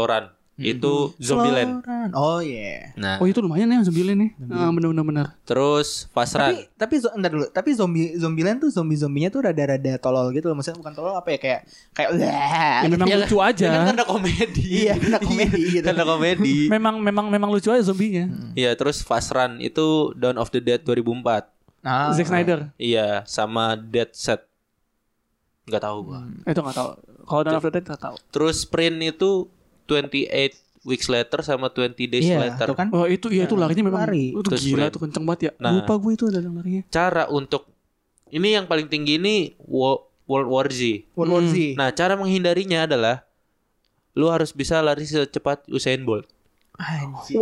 [SPEAKER 2] Itu Zombieland.
[SPEAKER 1] Oh iya.
[SPEAKER 2] Nah,
[SPEAKER 3] Oh itu lumayan ya Zombieland nih. Ah, bener-bener bener.
[SPEAKER 2] terus Fast Run.
[SPEAKER 1] Tapi tapi zo- entar dulu. Tapi zombie Zombieland tuh zombie-zombinya tuh rada-rada tolol gitu loh. Maksudnya bukan tolol apa ya kayak kayak
[SPEAKER 3] Ya, memang
[SPEAKER 2] Ya,
[SPEAKER 3] lucu aja.
[SPEAKER 2] Ya kan karena komedi.
[SPEAKER 1] Iya, karena komedi gitu.
[SPEAKER 2] Karena komedi.
[SPEAKER 3] memang memang memang lucu aja zombinya.
[SPEAKER 2] Iya, terus Fast Run itu Dawn of the Dead dua ribu empat.
[SPEAKER 1] Nah,
[SPEAKER 3] Zack Snyder.
[SPEAKER 2] Iya, sama Dead Set. Enggak tahu gua.
[SPEAKER 3] Eh, itu nggak tahu. Kalau Dawn of the Dead nggak tahu.
[SPEAKER 2] Terus Sprint itu twenty-eight weeks later sama twenty days
[SPEAKER 1] iya,
[SPEAKER 2] later.
[SPEAKER 1] tuh kan.
[SPEAKER 3] Oh itu iya itu larinya memang
[SPEAKER 1] Lari.
[SPEAKER 3] itu
[SPEAKER 2] Terus
[SPEAKER 3] gila
[SPEAKER 2] sprint.
[SPEAKER 3] tuh kenceng banget ya.
[SPEAKER 2] Nah.
[SPEAKER 3] Lupa gue itu ada larinya.
[SPEAKER 2] Cara untuk ini yang paling tinggi ini Wo- World War Z.
[SPEAKER 1] World War Z.
[SPEAKER 2] Nah, cara menghindarinya adalah lu harus bisa lari secepat Usain Bolt.
[SPEAKER 1] Anjir.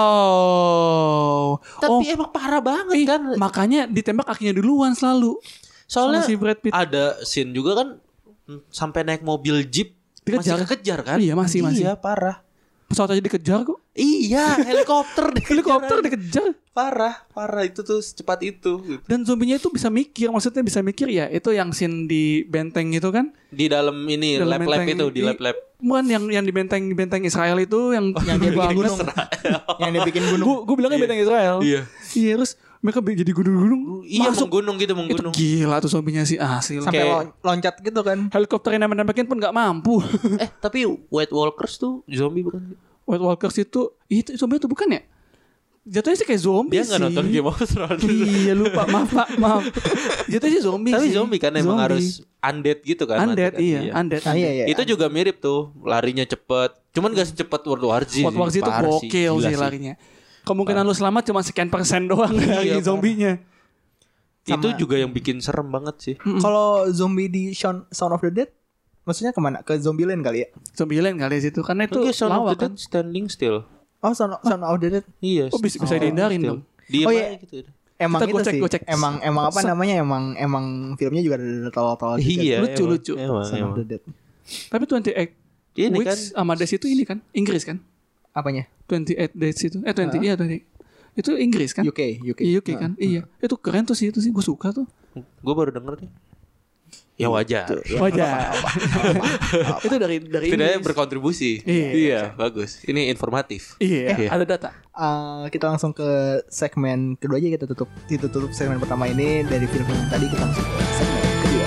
[SPEAKER 3] Wadaw.
[SPEAKER 2] Tapi
[SPEAKER 3] oh,
[SPEAKER 2] emang parah banget
[SPEAKER 3] ih,
[SPEAKER 2] kan.
[SPEAKER 3] makanya ditembak kakinya duluan selalu.
[SPEAKER 2] Soalnya
[SPEAKER 3] Sama si Brad Pitt.
[SPEAKER 2] ada scene juga kan mm, sampai naik mobil jeep
[SPEAKER 3] Dikejar.
[SPEAKER 2] masih kekejar kan?
[SPEAKER 3] Iya, masih, masih.
[SPEAKER 2] Iya, parah.
[SPEAKER 3] Pesawat aja dikejar kok.
[SPEAKER 2] Iya, helikopter dikejar.
[SPEAKER 3] Helikopter dikejar.
[SPEAKER 2] Parah, parah itu tuh secepat itu gitu.
[SPEAKER 3] Dan zombinya itu bisa mikir, maksudnya bisa mikir ya. Itu yang scene di benteng itu kan.
[SPEAKER 2] Di dalam ini
[SPEAKER 3] Dalam
[SPEAKER 2] lab-lab
[SPEAKER 3] benteng
[SPEAKER 2] itu, di
[SPEAKER 3] i-
[SPEAKER 2] lab-lab.
[SPEAKER 3] Bukan yang yang di benteng benteng Israel itu yang yang dia bikin gunung.
[SPEAKER 1] Yang dia bikin gunung.
[SPEAKER 3] Gue gue bilangnya benteng Israel.
[SPEAKER 2] Iya.
[SPEAKER 3] Iya terus mereka bi- jadi gunung-gunung.
[SPEAKER 2] Iya,
[SPEAKER 3] masuk.
[SPEAKER 2] menggunung gitu,
[SPEAKER 3] Itu
[SPEAKER 2] menggunung.
[SPEAKER 3] gila tuh zombinya sih asli.
[SPEAKER 1] Sampai
[SPEAKER 2] Kayak-
[SPEAKER 1] lon- loncat gitu kan.
[SPEAKER 3] Helikopter yang nembakin pun nggak mampu.
[SPEAKER 2] Eh, tapi White Walkers tuh zombie bukan?
[SPEAKER 3] White Walkers itu itu zombie itu bukan ya? Jatuhnya sih kayak zombie
[SPEAKER 2] Dia
[SPEAKER 3] sih.
[SPEAKER 2] nggak nonton Game of Thrones.
[SPEAKER 3] Iya lupa maaf pak maaf. Jatuhnya sih zombie
[SPEAKER 2] Tapi
[SPEAKER 3] sih.
[SPEAKER 2] zombie kan emang
[SPEAKER 3] Zombie.
[SPEAKER 2] harus undead gitu kan.
[SPEAKER 3] undead
[SPEAKER 2] mati kan.
[SPEAKER 3] iya, undead.
[SPEAKER 1] Ah, iya, iya.
[SPEAKER 2] Itu juga mirip tuh, larinya cepet. Cuman gak secepat World War Z.
[SPEAKER 3] World War Z itu
[SPEAKER 2] Parah
[SPEAKER 3] gokil
[SPEAKER 2] gila
[SPEAKER 3] sih larinya. Kemungkinan lu selamat cuma sekian persen doang dari
[SPEAKER 2] Iya,
[SPEAKER 3] zombinya.
[SPEAKER 2] Itu
[SPEAKER 1] Sama-
[SPEAKER 2] juga yang bikin serem banget sih.
[SPEAKER 1] Kalau zombie di Shaun Shaun of the Dead maksudnya kemana? Ke Zombieland kali ya?
[SPEAKER 3] Zombieland kali situ karena itu
[SPEAKER 2] Itu Shaun of
[SPEAKER 3] lawak
[SPEAKER 2] the
[SPEAKER 3] kan.
[SPEAKER 2] Dead standing still.
[SPEAKER 1] Oh, Shaun, Shaun of the Dead.
[SPEAKER 2] Iya.
[SPEAKER 3] Oh, bisa- bisa
[SPEAKER 2] standing
[SPEAKER 3] dihindarin
[SPEAKER 2] still.
[SPEAKER 3] dong.
[SPEAKER 2] Diem
[SPEAKER 1] Oh,
[SPEAKER 2] aja
[SPEAKER 1] iya.
[SPEAKER 2] gitu.
[SPEAKER 1] Emang
[SPEAKER 3] Kita
[SPEAKER 1] itu
[SPEAKER 3] gocek,
[SPEAKER 1] sih.
[SPEAKER 3] gocek.
[SPEAKER 1] Emang emang apa
[SPEAKER 3] Se-
[SPEAKER 1] namanya? Emang emang filmnya juga ada tolol-tolol juga.
[SPEAKER 2] Iya.
[SPEAKER 3] Lucu,
[SPEAKER 2] emang,
[SPEAKER 3] lucu.
[SPEAKER 2] Emang,
[SPEAKER 1] Shaun of
[SPEAKER 2] emang.
[SPEAKER 1] the Dead.
[SPEAKER 3] Tapi twenty-eight
[SPEAKER 2] Ini
[SPEAKER 3] Weeks
[SPEAKER 2] kan
[SPEAKER 3] Amadeus itu ini kan Inggris kan?
[SPEAKER 1] Apanya?
[SPEAKER 3] twenty-eight Days itu. Eh twenty iya twenty. Itu Inggris kan?
[SPEAKER 1] U K, U K.
[SPEAKER 3] Iya, U K kan? Iya. Itu keren tuh sih itu sih gue suka tuh.
[SPEAKER 2] gue baru denger nih. Ya wajar.
[SPEAKER 3] Wajar. Itu dari dari
[SPEAKER 2] Setidaknya
[SPEAKER 3] Inggris.
[SPEAKER 2] berkontribusi.
[SPEAKER 3] Iya.
[SPEAKER 2] bagus. Ini informatif.
[SPEAKER 3] Iya,
[SPEAKER 2] Iya.
[SPEAKER 3] ada data.
[SPEAKER 1] Uh, kita langsung ke segmen kedua aja, kita tutup kita tutup segmen pertama ini dari film-film tadi, kita langsung ke segmen kedua.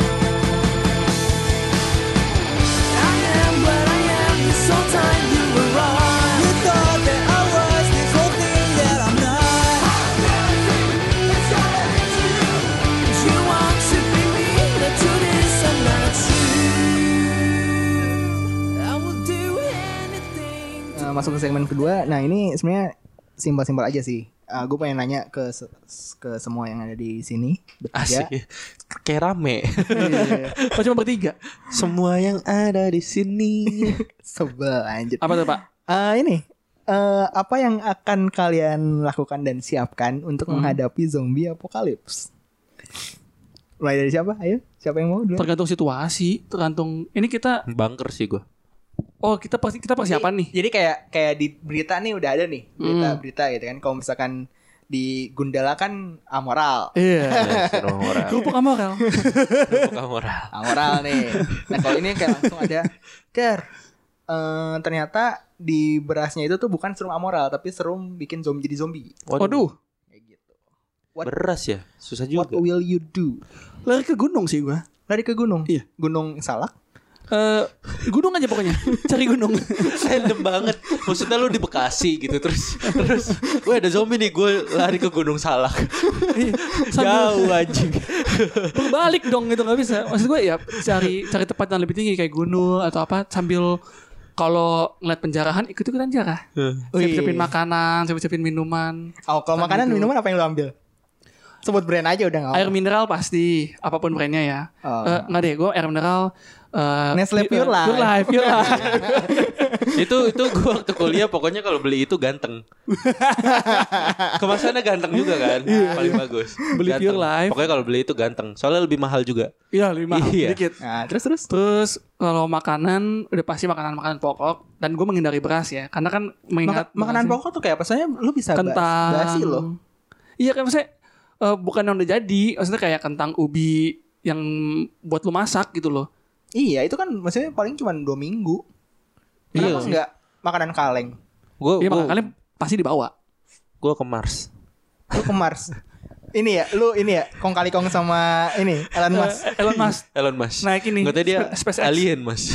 [SPEAKER 1] Uh, masuk ke segmen kedua. Nah, ini sebenarnya simpel-simpel aja sih. Uh, gue pengen nanya ke se- ke semua yang ada di sini bertiga.
[SPEAKER 2] Asik. Kayak rame.
[SPEAKER 3] Iya. Oh cuma bertiga.
[SPEAKER 2] Semua yang ada di sini.
[SPEAKER 1] Sebel anjir.
[SPEAKER 3] Apa tuh Pak?
[SPEAKER 1] Uh, ini uh, apa yang akan kalian lakukan dan siapkan untuk menghadapi zombie apokalips? Mulai dari siapa? Ayo, siapa yang mau dulu?
[SPEAKER 3] Tergantung situasi, tergantung. Ini kita,
[SPEAKER 2] Bunker sih gue.
[SPEAKER 3] oh kita pasti kita persiapan nih.
[SPEAKER 1] Jadi kayak kayak di berita nih udah ada nih berita-berita gitu kan. Kalau misalkan di Gundala kan amoral,
[SPEAKER 3] Iya.
[SPEAKER 2] moral.
[SPEAKER 3] Kerupuk amoral.
[SPEAKER 2] Bukan moral.
[SPEAKER 1] amoral nih. Nah kalau ini kayak langsung ada, Ker, eh, ternyata di berasnya itu tuh bukan serum amoral, tapi serum bikin zombie jadi zombie.
[SPEAKER 3] Waduh,
[SPEAKER 1] Kayak gitu. What,
[SPEAKER 2] Beras ya, susah
[SPEAKER 1] what
[SPEAKER 2] juga.
[SPEAKER 1] will you do?
[SPEAKER 3] lari ke gunung sih gua.
[SPEAKER 1] Lari ke gunung.
[SPEAKER 3] Iya.
[SPEAKER 1] Gunung Salak.
[SPEAKER 3] Eh, gunung aja pokoknya. Cari gunung.
[SPEAKER 2] Random banget. Maksudnya lu di Bekasi gitu terus terus gue ada zombie nih, gue lari ke Gunung Salak.
[SPEAKER 3] Iya, sambil-
[SPEAKER 2] Jauh anjing.
[SPEAKER 3] Berbalik dong gitu nggak bisa. Maksud gue ya cari cari tempat yang lebih tinggi kayak gunung atau apa sambil kalau ngeliat penjarahan ikut-ikutan jarah. Siap-siapin makanan, siap-siapin minuman.
[SPEAKER 1] Oh, kalau makanan
[SPEAKER 3] gitu.
[SPEAKER 1] minuman apa yang lu ambil? Sebut brand aja udah nggak?
[SPEAKER 3] Air mineral pasti, apapun brandnya ya.
[SPEAKER 1] Oh.
[SPEAKER 3] Eh, nggak deh, gue air mineral. eh,
[SPEAKER 1] Nestle
[SPEAKER 3] pi-
[SPEAKER 1] Pure
[SPEAKER 3] eh,
[SPEAKER 1] Life.
[SPEAKER 3] Pure Life, Pure Life.
[SPEAKER 2] itu itu gue waktu kuliah pokoknya kalau beli itu ganteng. Kemasannya ganteng juga kan, paling bagus.
[SPEAKER 3] Beli
[SPEAKER 2] Ganteng.
[SPEAKER 3] Pure Life.
[SPEAKER 2] Pokoknya kalau beli itu ganteng, soalnya lebih mahal juga.
[SPEAKER 3] Iya, lima
[SPEAKER 2] Iya.
[SPEAKER 3] dikit.
[SPEAKER 1] Nah, terus terus.
[SPEAKER 3] Terus kalau makanan udah pasti makanan-makanan pokok dan gue menghindari beras ya, karena kan mengingat
[SPEAKER 1] Maka- makanan
[SPEAKER 3] beras-
[SPEAKER 1] pokok tuh kayak apa? Soalnya lu bisa bas-
[SPEAKER 3] kentang.
[SPEAKER 1] basi loh.
[SPEAKER 3] Iya kan maksudnya eh, bukan yang udah jadi, maksudnya kayak kentang ubi yang buat lu masak gitu loh.
[SPEAKER 1] Iya, itu kan maksudnya paling cuma dua minggu.
[SPEAKER 2] Iya.
[SPEAKER 1] Kenapa enggak makanan kaleng.
[SPEAKER 2] Gue
[SPEAKER 3] Iya makanya kalian pasti dibawa.
[SPEAKER 2] gue ke Mars.
[SPEAKER 1] Lu ke Mars. Ini ya, lu ini ya, kong kali kong sama ini Elon Musk.
[SPEAKER 3] Eh, Elon Musk.
[SPEAKER 2] Elon Musk.
[SPEAKER 3] Naik ini,
[SPEAKER 2] Gue tadi dia
[SPEAKER 3] Spa- SpaceX.
[SPEAKER 2] alien mas.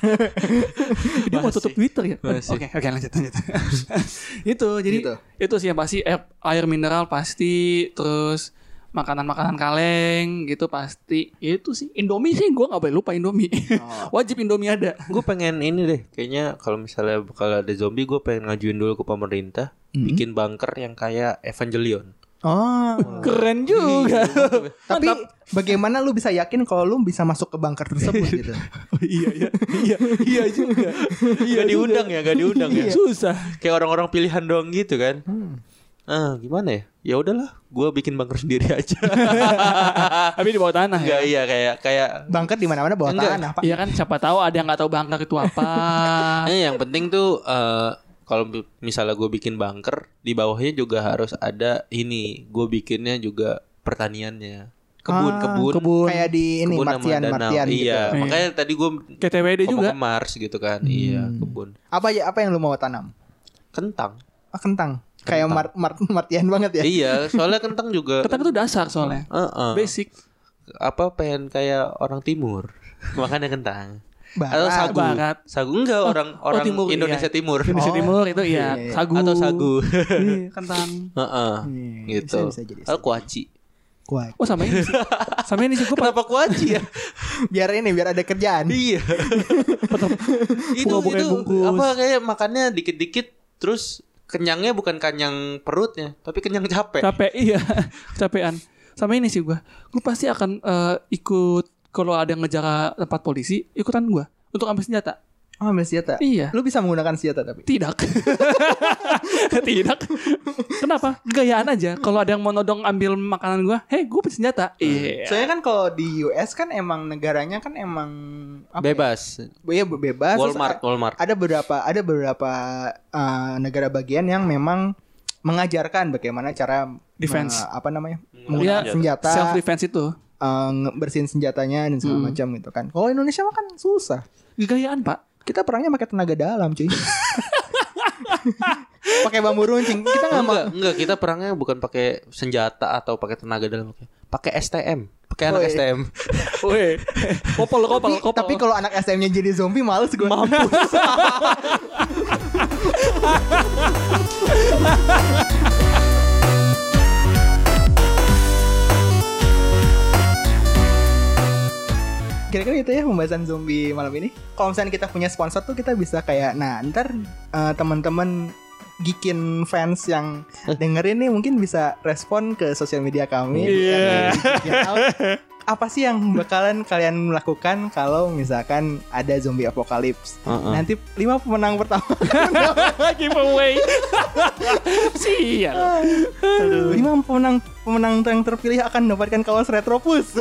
[SPEAKER 3] Dia mau tutup Twitter ya?
[SPEAKER 2] Masih.
[SPEAKER 3] Oke, oke lanjut lanjut. Itu jadi
[SPEAKER 1] Gitu.
[SPEAKER 3] itu sih yang pasti air, air mineral pasti, terus makanan-makanan kaleng gitu pasti. Itu sih Indomie sih gue nggak boleh lupa Indomie. Wajib Indomie ada.
[SPEAKER 2] Gue pengen ini deh. Kayaknya kalau misalnya kalau ada zombie, gue pengen ngajuin dulu ke pemerintah, bikin bunker yang kayak Evangelion.
[SPEAKER 1] Oh.
[SPEAKER 3] Keren juga.
[SPEAKER 1] Tapi bagaimana lu bisa yakin kalau lu bisa masuk ke bunker tersebut gitu?
[SPEAKER 3] Oh, iya iya iya iya juga.
[SPEAKER 2] Gak diundang ya, gak diundang ya.
[SPEAKER 3] Susah.
[SPEAKER 2] Kayak orang-orang pilihan doang gitu kan. Ah, gimana ya? Ya udahlah, gue bikin bunker sendiri aja.
[SPEAKER 3] Tapi di bawah tanah
[SPEAKER 2] Enggak,
[SPEAKER 3] ya.
[SPEAKER 2] iya kayak kayak
[SPEAKER 1] Bunker di mana-mana bawah
[SPEAKER 2] Enggak.
[SPEAKER 1] tanah, Pak.
[SPEAKER 3] Iya kan siapa tahu ada yang nggak tahu bunker itu apa.
[SPEAKER 2] eh, yang penting tuh eh, kalau bi- misalnya gue bikin bunker, di bawahnya juga harus ada ini. Gue bikinnya juga pertaniannya. Kebun,
[SPEAKER 1] Ah,
[SPEAKER 2] kebun.
[SPEAKER 3] kebun.
[SPEAKER 1] Kayak di ini
[SPEAKER 2] Kebun sama
[SPEAKER 1] Martian,
[SPEAKER 2] danau.
[SPEAKER 1] Martian gitu.
[SPEAKER 2] Iya,
[SPEAKER 3] Iya.
[SPEAKER 2] makanya tadi gue
[SPEAKER 3] K T W D
[SPEAKER 2] mau
[SPEAKER 3] juga.
[SPEAKER 2] ke Mars gitu kan. Iya, kebun.
[SPEAKER 1] Apa ya apa yang lu mau tanam?
[SPEAKER 2] Kentang.
[SPEAKER 1] Ah, kentang. Kayak Mar Mar Martian banget ya.
[SPEAKER 2] Iya, soalnya kentang juga
[SPEAKER 3] Ketang itu dasar soalnya.
[SPEAKER 2] Heeh.
[SPEAKER 3] Basic.
[SPEAKER 2] Apa pengen kayak orang timur. Makanya kentang.
[SPEAKER 1] Barat.
[SPEAKER 2] Atau sagu.
[SPEAKER 3] Barat.
[SPEAKER 2] Sagu enggak orang
[SPEAKER 3] oh,
[SPEAKER 2] orang
[SPEAKER 3] timur,
[SPEAKER 2] Indonesia
[SPEAKER 3] iya.
[SPEAKER 2] Timur.
[SPEAKER 3] Indonesia
[SPEAKER 1] Oh.
[SPEAKER 3] Timur itu iya
[SPEAKER 1] Iya.
[SPEAKER 3] sagu.
[SPEAKER 2] Atau sagu.
[SPEAKER 3] Iya, kentang.
[SPEAKER 2] Heeh.
[SPEAKER 1] Iya,
[SPEAKER 2] Gitu.
[SPEAKER 1] bisa, bisa jadi, bisa
[SPEAKER 2] Atau kuaci.
[SPEAKER 1] Kuat.
[SPEAKER 3] Oh sama ini sih. Sama ini sih gue
[SPEAKER 2] Kenapa kuaci ya?
[SPEAKER 1] Biar ini biar ada kerjaan.
[SPEAKER 2] Iya. itu
[SPEAKER 3] Bunga-bunga
[SPEAKER 2] itu
[SPEAKER 3] bungkus.
[SPEAKER 2] apa kayak makannya dikit-dikit terus kenyangnya bukan kenyang perutnya, tapi kenyang capek.
[SPEAKER 3] capek iya capean. Sama ini sih gue. Gue pasti akan eh, ikut kalau ada yang ngejar tempat polisi, ikutan gue untuk ambil senjata.
[SPEAKER 1] Oh, ambil senjata.
[SPEAKER 3] Iya.
[SPEAKER 1] Lu bisa menggunakan senjata tapi.
[SPEAKER 3] Tidak. Tidak. Kenapa? Gayaan aja. Kalau ada yang mau nodong ambil makanan gue, hei gue bersenjata. Iya.
[SPEAKER 1] Soalnya kan kalau di U S kan emang negaranya kan emang apa ya?
[SPEAKER 2] Bebas.
[SPEAKER 1] Iya be- bebas. Terus
[SPEAKER 2] Walmart,
[SPEAKER 1] a-
[SPEAKER 2] Walmart.
[SPEAKER 1] Ada beberapa ada beberapa uh, negara bagian yang memang mengajarkan bagaimana cara
[SPEAKER 3] Defense.
[SPEAKER 1] uh, apa namanya
[SPEAKER 3] Iya,
[SPEAKER 1] menggunakan senjata,
[SPEAKER 3] self defense itu.
[SPEAKER 1] uh, nge- bersihin senjatanya dan segala macam gitu kan. Kalau Indonesia mah kan susah.
[SPEAKER 3] Gayaan pak.
[SPEAKER 1] Kita perangnya pakai tenaga dalam, cuy. Pakai bambu runcing. Kita nggak mau.
[SPEAKER 2] Enggak, enggak, kita perangnya bukan pakai senjata atau pakai tenaga dalam, pakai S T M, pakai anak
[SPEAKER 1] Oh, iya.
[SPEAKER 2] S T M.
[SPEAKER 3] Woi, kopel kopel
[SPEAKER 1] Tapi,
[SPEAKER 3] kopel.
[SPEAKER 1] tapi kalau anak S M-nya jadi zombie males gue. Mampus. Kira-kira itu ya pembahasan zombie malam ini. Kalau misalnya kita punya sponsor tuh kita bisa kayak, nah ntar uh, teman-teman Geekin fans yang dengerin nih mungkin bisa respon ke sosial media kami.
[SPEAKER 3] Iya.
[SPEAKER 1] Geekin Out. Apa sih yang bakalan kalian lakukan kalau misalkan ada zombie apocalypse?
[SPEAKER 2] Uh-uh.
[SPEAKER 1] Nanti lima pemenang pertama.
[SPEAKER 3] giveaway. Sial.
[SPEAKER 1] lima pemenang pemenang yang terpilih akan mendapatkan kaos Retropus.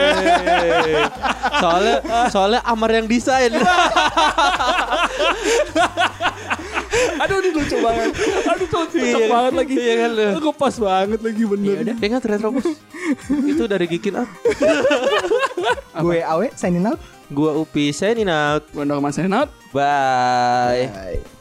[SPEAKER 2] soalnya soalnya Amar yang desain.
[SPEAKER 3] Aduh ini lucu banget. Aduh cocok
[SPEAKER 2] Iya.
[SPEAKER 3] banget lagi.
[SPEAKER 2] Iya kan, lu.
[SPEAKER 3] Aku pas banget lagi bener.
[SPEAKER 1] Ya udah.
[SPEAKER 2] Ingat Retropus. Itu dari Geekin Out.
[SPEAKER 1] Gue Awe signing out.
[SPEAKER 2] Gua Upi signing out.
[SPEAKER 3] Gue Norman Senat.
[SPEAKER 2] Bye.
[SPEAKER 1] Bye.